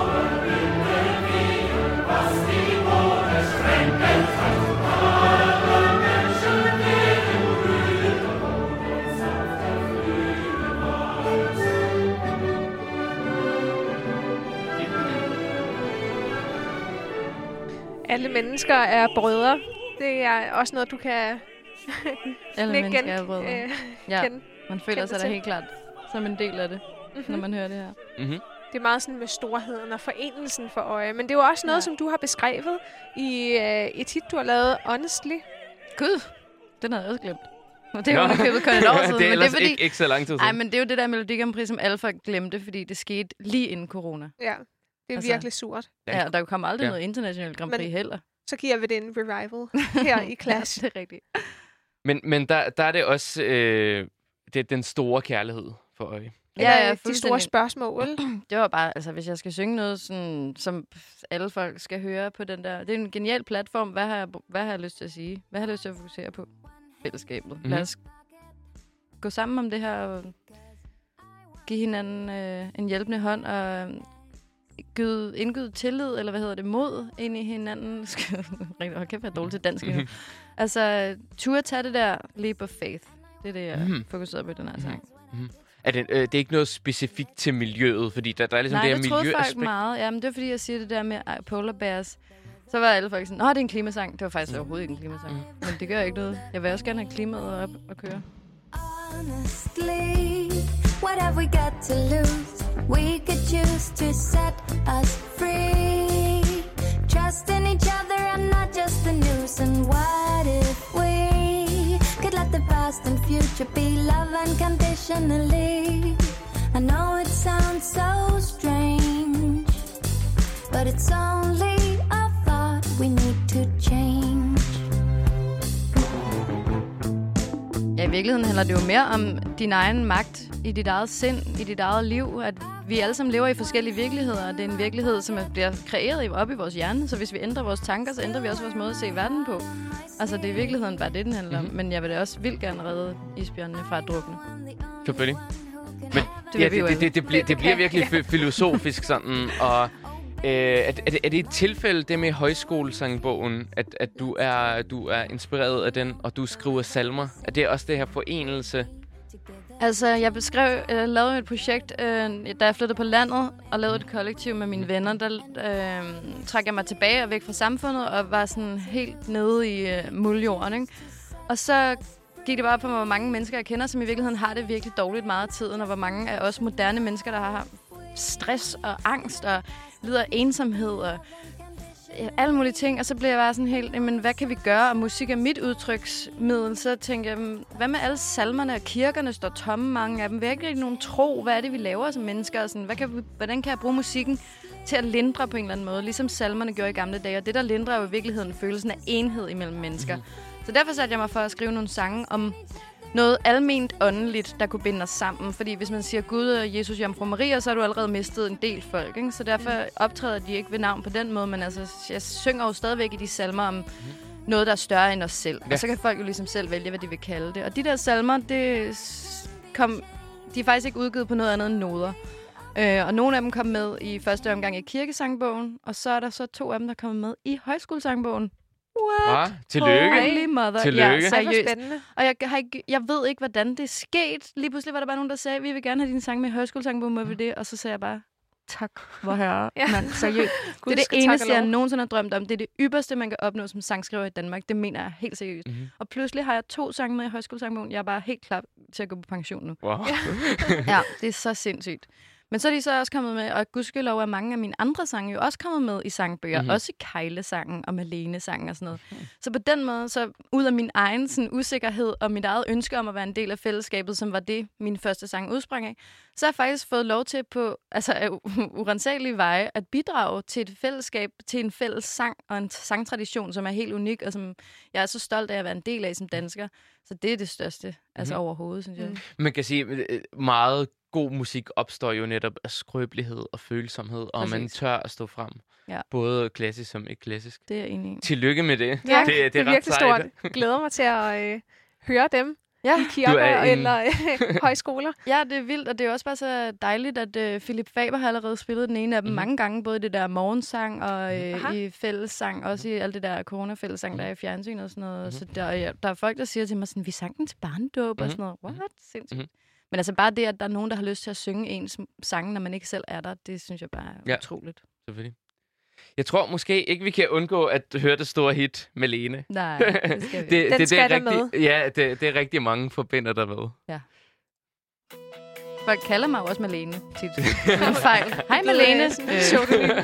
Alle mennesker er brødre. Det er også noget, du kan Alle nikke mennesker gen- er brødre. øh, Ja, kende. man føler kende sig da til. helt klart som en del af det, når man hører det her. Mm-hmm. Det er meget sådan med storheden og forenelsen for øje. Men det er jo også noget, Ja. som du har beskrevet i øh, et hit, du har lavet, Honestly. Gud, den havde jeg også glemt. Og det er jo underkøbet kun et år siden. det er men det er ellers fordi, ikke, ikke så lang tid ej, siden. men det er jo det der Melodi Grand Prix, som alle folk glemte, fordi det skete lige inden corona. Ja, det er Altså- altså, virkelig surt. Ja. Ja, og der kommer aldrig Ja. noget internationalt Grand Prix Men- heller. Så giver vi det en revival her i Clash. Ja, det er rigtigt. Men, men der, der er det også øh, det er den store kærlighed for øje. Eller Ja, ja, de store fuldstændig. spørgsmål. Det var bare, altså hvis jeg skal synge noget, sådan, som alle folk skal høre på den der... Det er en genial platform. Hvad har jeg, hvad har jeg lyst til at sige? Hvad har jeg lyst til at fokusere på? Fællesskabet. Mhm. Mm-hmm. Lad os gå sammen om det her og give hinanden øh, en hjælpende hånd og gyde, indgyde tillid, eller hvad hedder det, mod ind i hinanden. Hold kæft, jeg er dårlig til dansk endnu. Altså, turde tage det der leap of faith. Det er det, jeg Mhm. fokuserer på i den her sang. Er det, øh, det er ikke noget specifikt til miljøet, fordi der, der er ligesom Nej, det det her troede folk miljøaspekt. meget. Ja, men det er fordi, jeg siger det der med uh, polar bears. Så var alle folk sådan, åh, det er en klimasang. Det var faktisk overhovedet ikke en klimasang. Mm. Men det gør ikke noget. Jeg vil også gerne have klimaet op og køre. Honestly, what have we got to lose? We could choose to set us free. Trust in each other and not just the news. And what if we could let the past and future be love unconditionally? I know it sounds so strange, but it's only a thought we need to change. Ja, i virkeligheden handler det jo mere om din egen magt i dit eget sind, i dit eget liv. At vi alle sammen lever i forskellige virkeligheder, og det er en virkelighed, som bliver kreeret op i vores hjerne. Så hvis vi ændrer vores tanker, så ændrer vi også vores måde at se verden på. Altså, det er i virkeligheden bare det, den handler om. Mhm. Men jeg vil da også vildt gerne redde isbjørnene fra at drukne. Selvfølgelig. Men Det ja, vil vi jo det, det, alle. det, det, bliver, det bliver virkelig fi- filosofisk sådan, og øh, er, er, det, er det et tilfælde, det med højskolesangbogen, at, at du, er, du er inspireret af den, og du skriver salmer? Er det også det her forenelse? Altså, jeg beskrev, jeg lavede et projekt, øh, da jeg flyttede på landet og lavede et kollektiv med mine venner. Der øh, trak jeg mig tilbage og væk fra samfundet og var sådan helt nede i øh, muljorden, ikke? Og så gik det bare på, hvor mange mennesker jeg kender, som i virkeligheden har det virkelig dårligt meget af tiden, og hvor mange af os moderne mennesker, der har stress og angst og lider af ensomhed og alle mulige ting. Og så blev jeg bare sådan helt, jamen, hvad kan vi gøre? Og musik er mit udtryksmiddel. Så tænkte jeg, hvad med alle salmerne og kirkerne står tomme, mange af dem? Vi har ikke rigtig nogen tro. Hvad er det, vi laver som mennesker? Og sådan, hvad kan vi, hvordan kan jeg bruge musikken til at lindre på en eller anden måde? Ligesom salmerne gjorde i gamle dage. Og det, der lindrer jo i virkeligheden følelsen af enhed imellem mennesker. Mm. Så derfor satte jeg mig for at skrive nogle sange om noget alment åndeligt, der kunne binde os sammen. Fordi hvis man siger Gud og Jesus, Jomfru Maria, så har du allerede mistet en del folk. Ikke? Så derfor optræder de ikke ved navn på den måde. Men altså, jeg synger jo stadigvæk i de salmer om noget, der er større end os selv. Ja. Og så kan folk jo ligesom selv vælge, hvad de vil kalde det. Og de der salmer, det kom, de er faktisk ikke udgivet på noget andet end noder. Øh, og nogle af dem kom med i første omgang i kirkesangbogen. Og så er der så to af dem, der kommer med i højskolesangbogen. What? Ah, tillykke. Holy mother. Tillykke. Ja, seriøst. Spændende. Og jeg, har ikke, jeg ved ikke, hvordan det er sket. Lige pludselig var der bare nogen, der sagde, vi vil gerne have din sang med i højskolesangbogen, må vi det? Og så sagde jeg bare, tak, hvor herre. Ja. Man, seriøst. Det er det eneste, jeg nogensinde har drømt om. Det er det ypperste, man kan opnå som sangskriver i Danmark. Det mener jeg helt seriøst. Mm-hmm. Og pludselig har jeg to sange med i højskolesangbogen. Jeg er bare helt klar til at gå på pension nu. Wow. Ja, det er så sindssygt. Men så er de så også kommet med, og gudskelov er mange af mine andre sange jo også kommet med i sangbøger. Mm-hmm. Også i Kejlesangen og Malene-sangen og sådan noget. Mm-hmm. Så på den måde, så ud af min egen sådan, usikkerhed og mit eget ønske om at være en del af fællesskabet, som var det, min første sang udsprang af, så har jeg faktisk fået lov til på altså, urensagelige veje at bidrage til et fællesskab, til en fælles sang og en sangtradition, som er helt unik, og som jeg er så stolt af at være en del af som dansker. Så det er det største altså mm-hmm. overhovedet, synes jeg. Mm. Man kan sige, meget god musik opstår jo netop af skrøbelighed og følsomhed, og Præcis. Man tør at stå frem. Ja. Både klassisk som ikke klassisk. Det er jeg enig i. Tillykke med det. Ja, det, det, er, det er virkelig stort. Jeg glæder mig til at øh, høre dem ja. i kirker en... eller øh, højskoler. Ja, det er vildt, og det er også bare så dejligt, at øh, Philip Faber har allerede spillet den ene af dem mm-hmm. mange gange, både i det der morgensang og øh, i fællessang, også i alt det der coronafællessang, der er i fjernsyn og sådan noget. Mm-hmm. Så der, ja, der er folk, der siger til mig sådan, vi sang den til barndåb mm-hmm. og sådan noget. What? Sindssygt. Mm-hmm. Men altså bare det, at der er nogen, der har lyst til at synge ens sange, når man ikke selv er der, det synes jeg bare er ja, utroligt. Selvfølgelig. Jeg tror måske ikke, vi kan undgå at høre det store hit med Lene. Nej, det skal vi. det, Den det, skal det der rigtig, med. Ja, det, det er rigtig mange forbinder der med. Ja. Folk kalder mig jo også Malene tit. Det er en fejl. Hej Malene. Øh.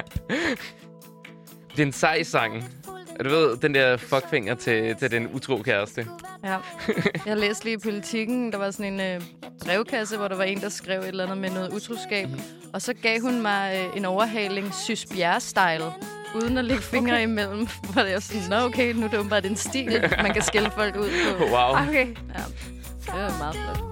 Det er en sej sang. Du ved, den der fuckfinger til, til den utro kæreste. Ja. Jeg læste lige i Politikken, der var sådan en øh, brevkasse, hvor der var en, der skrev et eller andet med noget utroskab. Mm. Og så gav hun mig øh, en overhaling Sys Bjerre-style, uden at lægge fingre okay. imellem. Hvor det er sådan, nå okay, nu er det åbenbart en stil, man kan skælde folk ud på. Wow. Okay. Ja, det var meget flot.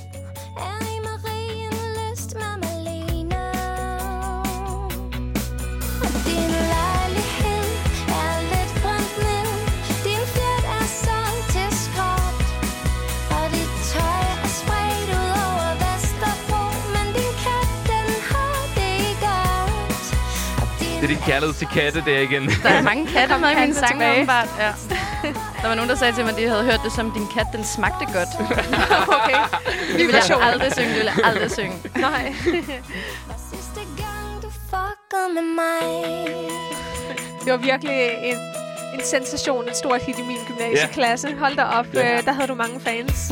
Det er dit kærlighed til katte der igen. Der er mange katter med i mine sange, åbenbart. Ja. Der var nogen, der sagde til mig, at de havde hørt det som, din kat, den smagte godt. Okay. Det ville jeg aldrig synge, det ville jeg aldrig synge. Nej. Det var virkelig en, en sensation, et stort hit i min gymnasieklasse. Yeah. Hold da op, yeah. øh, der havde du mange fans.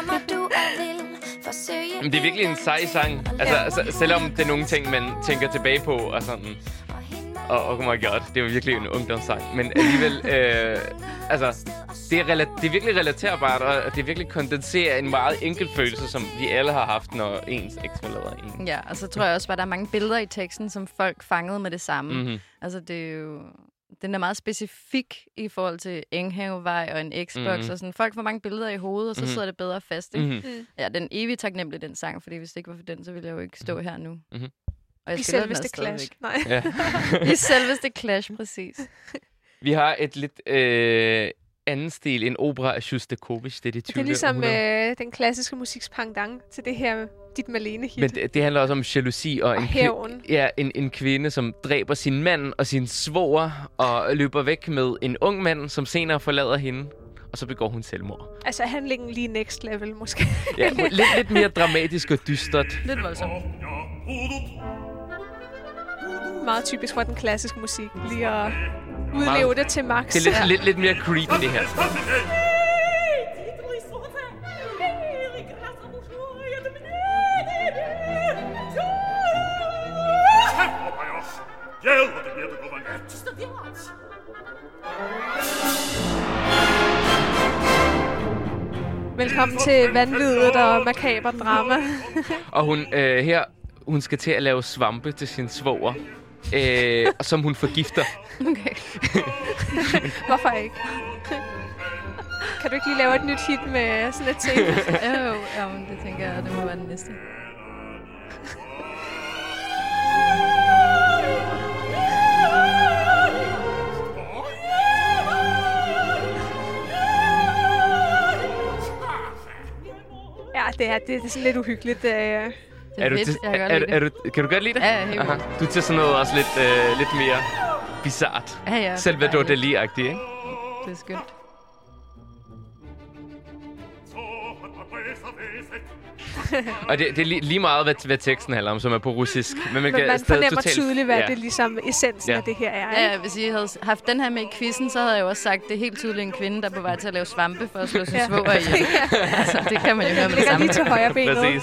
Men det er virkelig en sej sang. Altså, ja. altså, selvom det er nogle ting, man tænker tilbage på og sådan. Og oh, oh my god, det var virkelig en ungdomssang. Men alligevel, øh, altså, det er, rela- det er virkelig relaterbart, og det virkelig kondenserer en meget enkel følelse, som vi alle har haft, når ens eks forlader en. Ja, og så tror jeg også, at der er mange billeder i teksten, som folk fangede med det samme. Mm-hmm. Altså, det er jo... Den er meget specifik i forhold til Enghavevej og en Xbox. Mm-hmm. Og sådan. Folk får mange billeder i hovedet, og så mm-hmm. sidder det bedre fast. Ikke? Mm-hmm. Ja, den evigt taknemmelig, den sang, fordi hvis det ikke var for den, så ville jeg jo ikke stå her nu. Mm-hmm. Og jeg I selveste Clash. Nej. Ja. I selveste Clash, præcis. Vi har et lidt øh, anden stil, en opera af Sjostakovitj. Det er de tyve. Det er ligesom øh, den klassiske musiks pendant til det her dit Malene-hit. Men det, det handler også om jalousi og, og en, hævn. Ja, en, en kvinde, som dræber sin mand og sin svoger og løber væk med en ung mand, som senere forlader hende. Og så begår hun selvmord. Altså handlingen lige next level, måske. Ja, lidt, lidt mere dramatisk og dystert. Lidt voldsomt. Meget typisk for den klassiske musik. Lige at udleve det til max. Det er lidt, ja. lidt, lidt mere creepy, det her. Velkommen til vanvittigt og makaber drama. Og hun øh, her, hun skal til at lave svampe til sin svoger, øh, som hun forgifter. Okay. Hvorfor ikke? Kan du ikke lige lave et nyt hit med sådan et tema? Jo, ja, men det tænker jeg, det må være den næste. Ja, det er, det er sådan lidt uhyggeligt. Øh. Det er, Er du fedt, til, jeg kan er, godt er, lide er det. du, kan du godt lide det? Ja, helt Aha. vildt. Du er til sådan noget også lidt, øh, lidt mere bizart. Ja, ja. Salvador dejligt. Dali-agtigt, ikke? Det er skønt. Og det, det er lige, lige meget, hvad, hvad teksten handler om, som er på russisk. Men man, Men kan man stadig fornemmer totalt- tydeligt, hvad ja. det ligesom essensen Ja. af det her er. Ja, Ikke? ja, hvis I havde haft den her med i quizzen, så havde jeg jo også sagt, det er helt tydeligt en kvinde, der er på vej til at lave svampe for at slå sin Ja. svoger ihjel. Altså, det kan man jo høre med det Ligger samme. lige til højre benet. Præcis.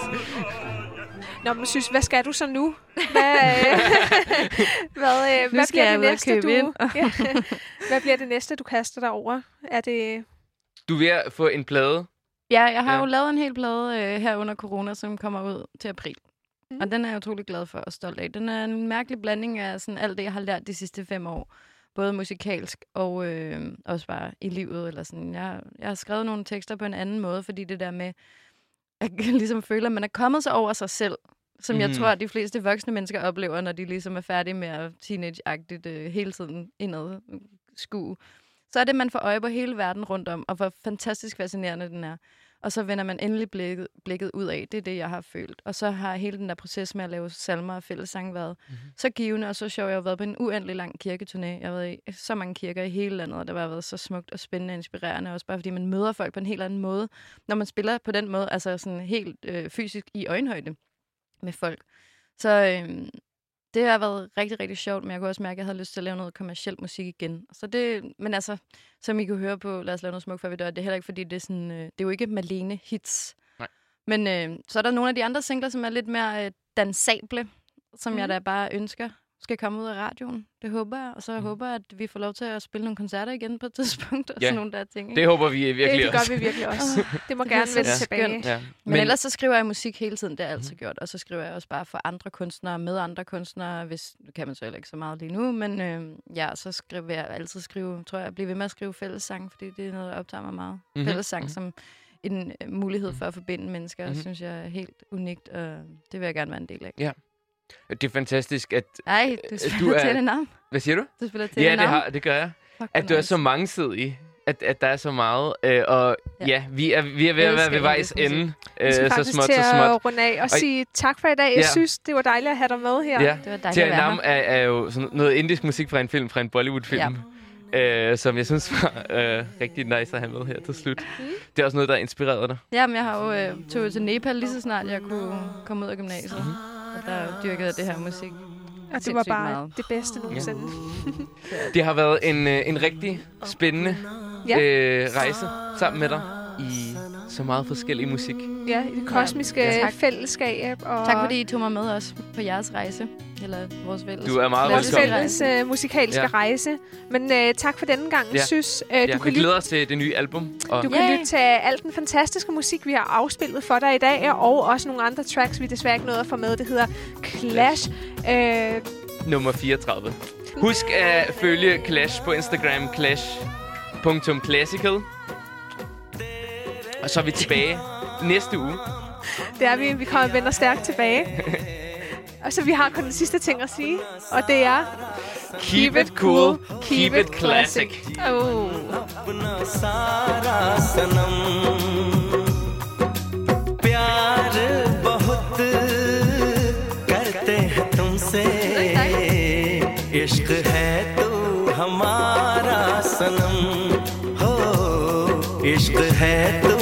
Nå, men synes, hvad skal du så nu? Hvad, øh, hvad, øh, hvad skal bliver jeg det ud og næste, købe du... ind. ja. Hvad bliver det næste, du kaster dig over? Er det... Du er ved at få en plade. Ja, jeg har Ja. jo lavet en hel plade øh, her under corona, som kommer ud til april. Mm. Mm. Og den er jeg utrolig glad for og stolt af. Den er en mærkelig blanding af sådan alt det, jeg har lært de sidste fem år. Både musikalsk og øh, også bare i livet. Eller sådan. Jeg, jeg har skrevet nogle tekster på en anden måde, fordi det der med, at jeg ligesom føler, at man er kommet sig over sig selv. Som mm. jeg Mhm. tror, at de fleste voksne mennesker oplever, når de ligesom er færdige med at teenage-agtigt øh, hele tiden indad skue. Så er det, man får øje på hele verden rundt om, og hvor fantastisk fascinerende den er. Og så vender man endelig blikket, blikket ud af. Det er det, jeg har følt. Og så har hele den der proces med at lave salmer og fællessang været mm-hmm. så givende og så sjov. Jeg har været på en uendelig lang kirketurné. Jeg har været i så mange kirker i hele landet, og det har været så smukt og spændende og inspirerende. Også bare fordi man møder folk på en helt anden måde. Når man spiller på den måde, altså sådan helt øh, fysisk i øjenhøjde med folk. Så øh, det har været rigtig, rigtig sjovt, men jeg kunne også mærke, at jeg havde lyst til at lave noget kommerciel musik igen. Så det, men altså, som I kunne høre på Lad os lave noget smukt, før vi dør, det er heller ikke, fordi det er sådan, øh, det er jo ikke Malene hits. Nej. Men øh, så er der nogle af de andre singler, som er lidt mere øh, dansable, som mm. jeg da bare ønsker skal komme ud af radioen. Det håber jeg, og så mm. håber jeg, at vi får lov til at spille nogle koncerter igen på et tidspunkt, og Ja. sådan nogle der ting. Ikke? Det håber vi virkelig Det, det også. gør vi virkelig også. Det må Det er gerne så vende skønt. tilbage. Ja. Men, men ellers så skriver jeg musik hele tiden, det har jeg altid gjort. Og så skriver jeg også bare for andre kunstnere, med andre kunstnere, hvis nu kan man så heller ikke så meget lige nu. Men øh, ja, så skriver jeg altid skrive, tror jeg, blive ved med at skrive fællessang, fordi det er noget, der optager mig meget. Mhm. Fællessang som en øh, mulighed for at forbinde mennesker, Mhm. synes jeg er helt unikt, og det vil jeg gerne være en del af. Ja. Det er fantastisk, at... Ej, du spiller du er- til det navn. Hvad siger du? Du spiller til Ja, det det, navn. har, det gør jeg. Fuck, At hvor du er nice. så mangesidig. At, at der er så meget. Øh, og ja. Ja. ja, vi er, vi er ved at Elsker være ved vejs indisk musik. ende. Vi Øh, skal så faktisk småt, til så småt. at runde af og Og- sige tak for i dag. Jeg Ja. synes, det var dejligt at have dig med her. Ja. Det var dejligt at være Tianam her. er, er jo sådan noget indisk musik fra en film, fra en Bollywood-film. Ja. Øh, som jeg synes var øh, rigtig nice at have med her til slut. Mm. Det er også noget, der inspirerede dig. Jamen, jeg har jo øh, tog til Nepal lige så snart jeg kunne komme ud af gymnasiet. Mhm. Og der dyrkede jeg det her musik. Og det var Sindssygt bare meget. det bedste nogensinde. Det har været en, øh, en rigtig spændende Ja. øh, rejse sammen med dig i så meget forskellig musik. Ja, i det kosmiske Ja, tak. fællesskab. Og Tak fordi I tog mig med også på jeres rejse. Eller vores fælles. Du er meget vores velkommen. fælles øh, musikalske Ja. rejse. Men øh, tak for denne gang, Ja. Sys. Øh, Ja, du vi kan lytte glæder os til det nye album. Og Du kan Yay! lytte til al den fantastiske musik, vi har afspillet for dig i dag, og også nogle andre tracks, vi desværre ikke nåede at få med. Det hedder Clash. Øh, nummer fireogtredive. Husk at følge Clash på Instagram, clash punktum classical. Og så er vi tilbage næste uge. det er vi. Vi kommer vender stærkt tilbage. Og så vi har kun den sidste ting at sige, og det er... Keep it cool, keep it classic. Oh. अपना सारा सनम प्यार बहुत करते हैं तुमसे इश्क है तू हमारा सनम हो इश्क है तू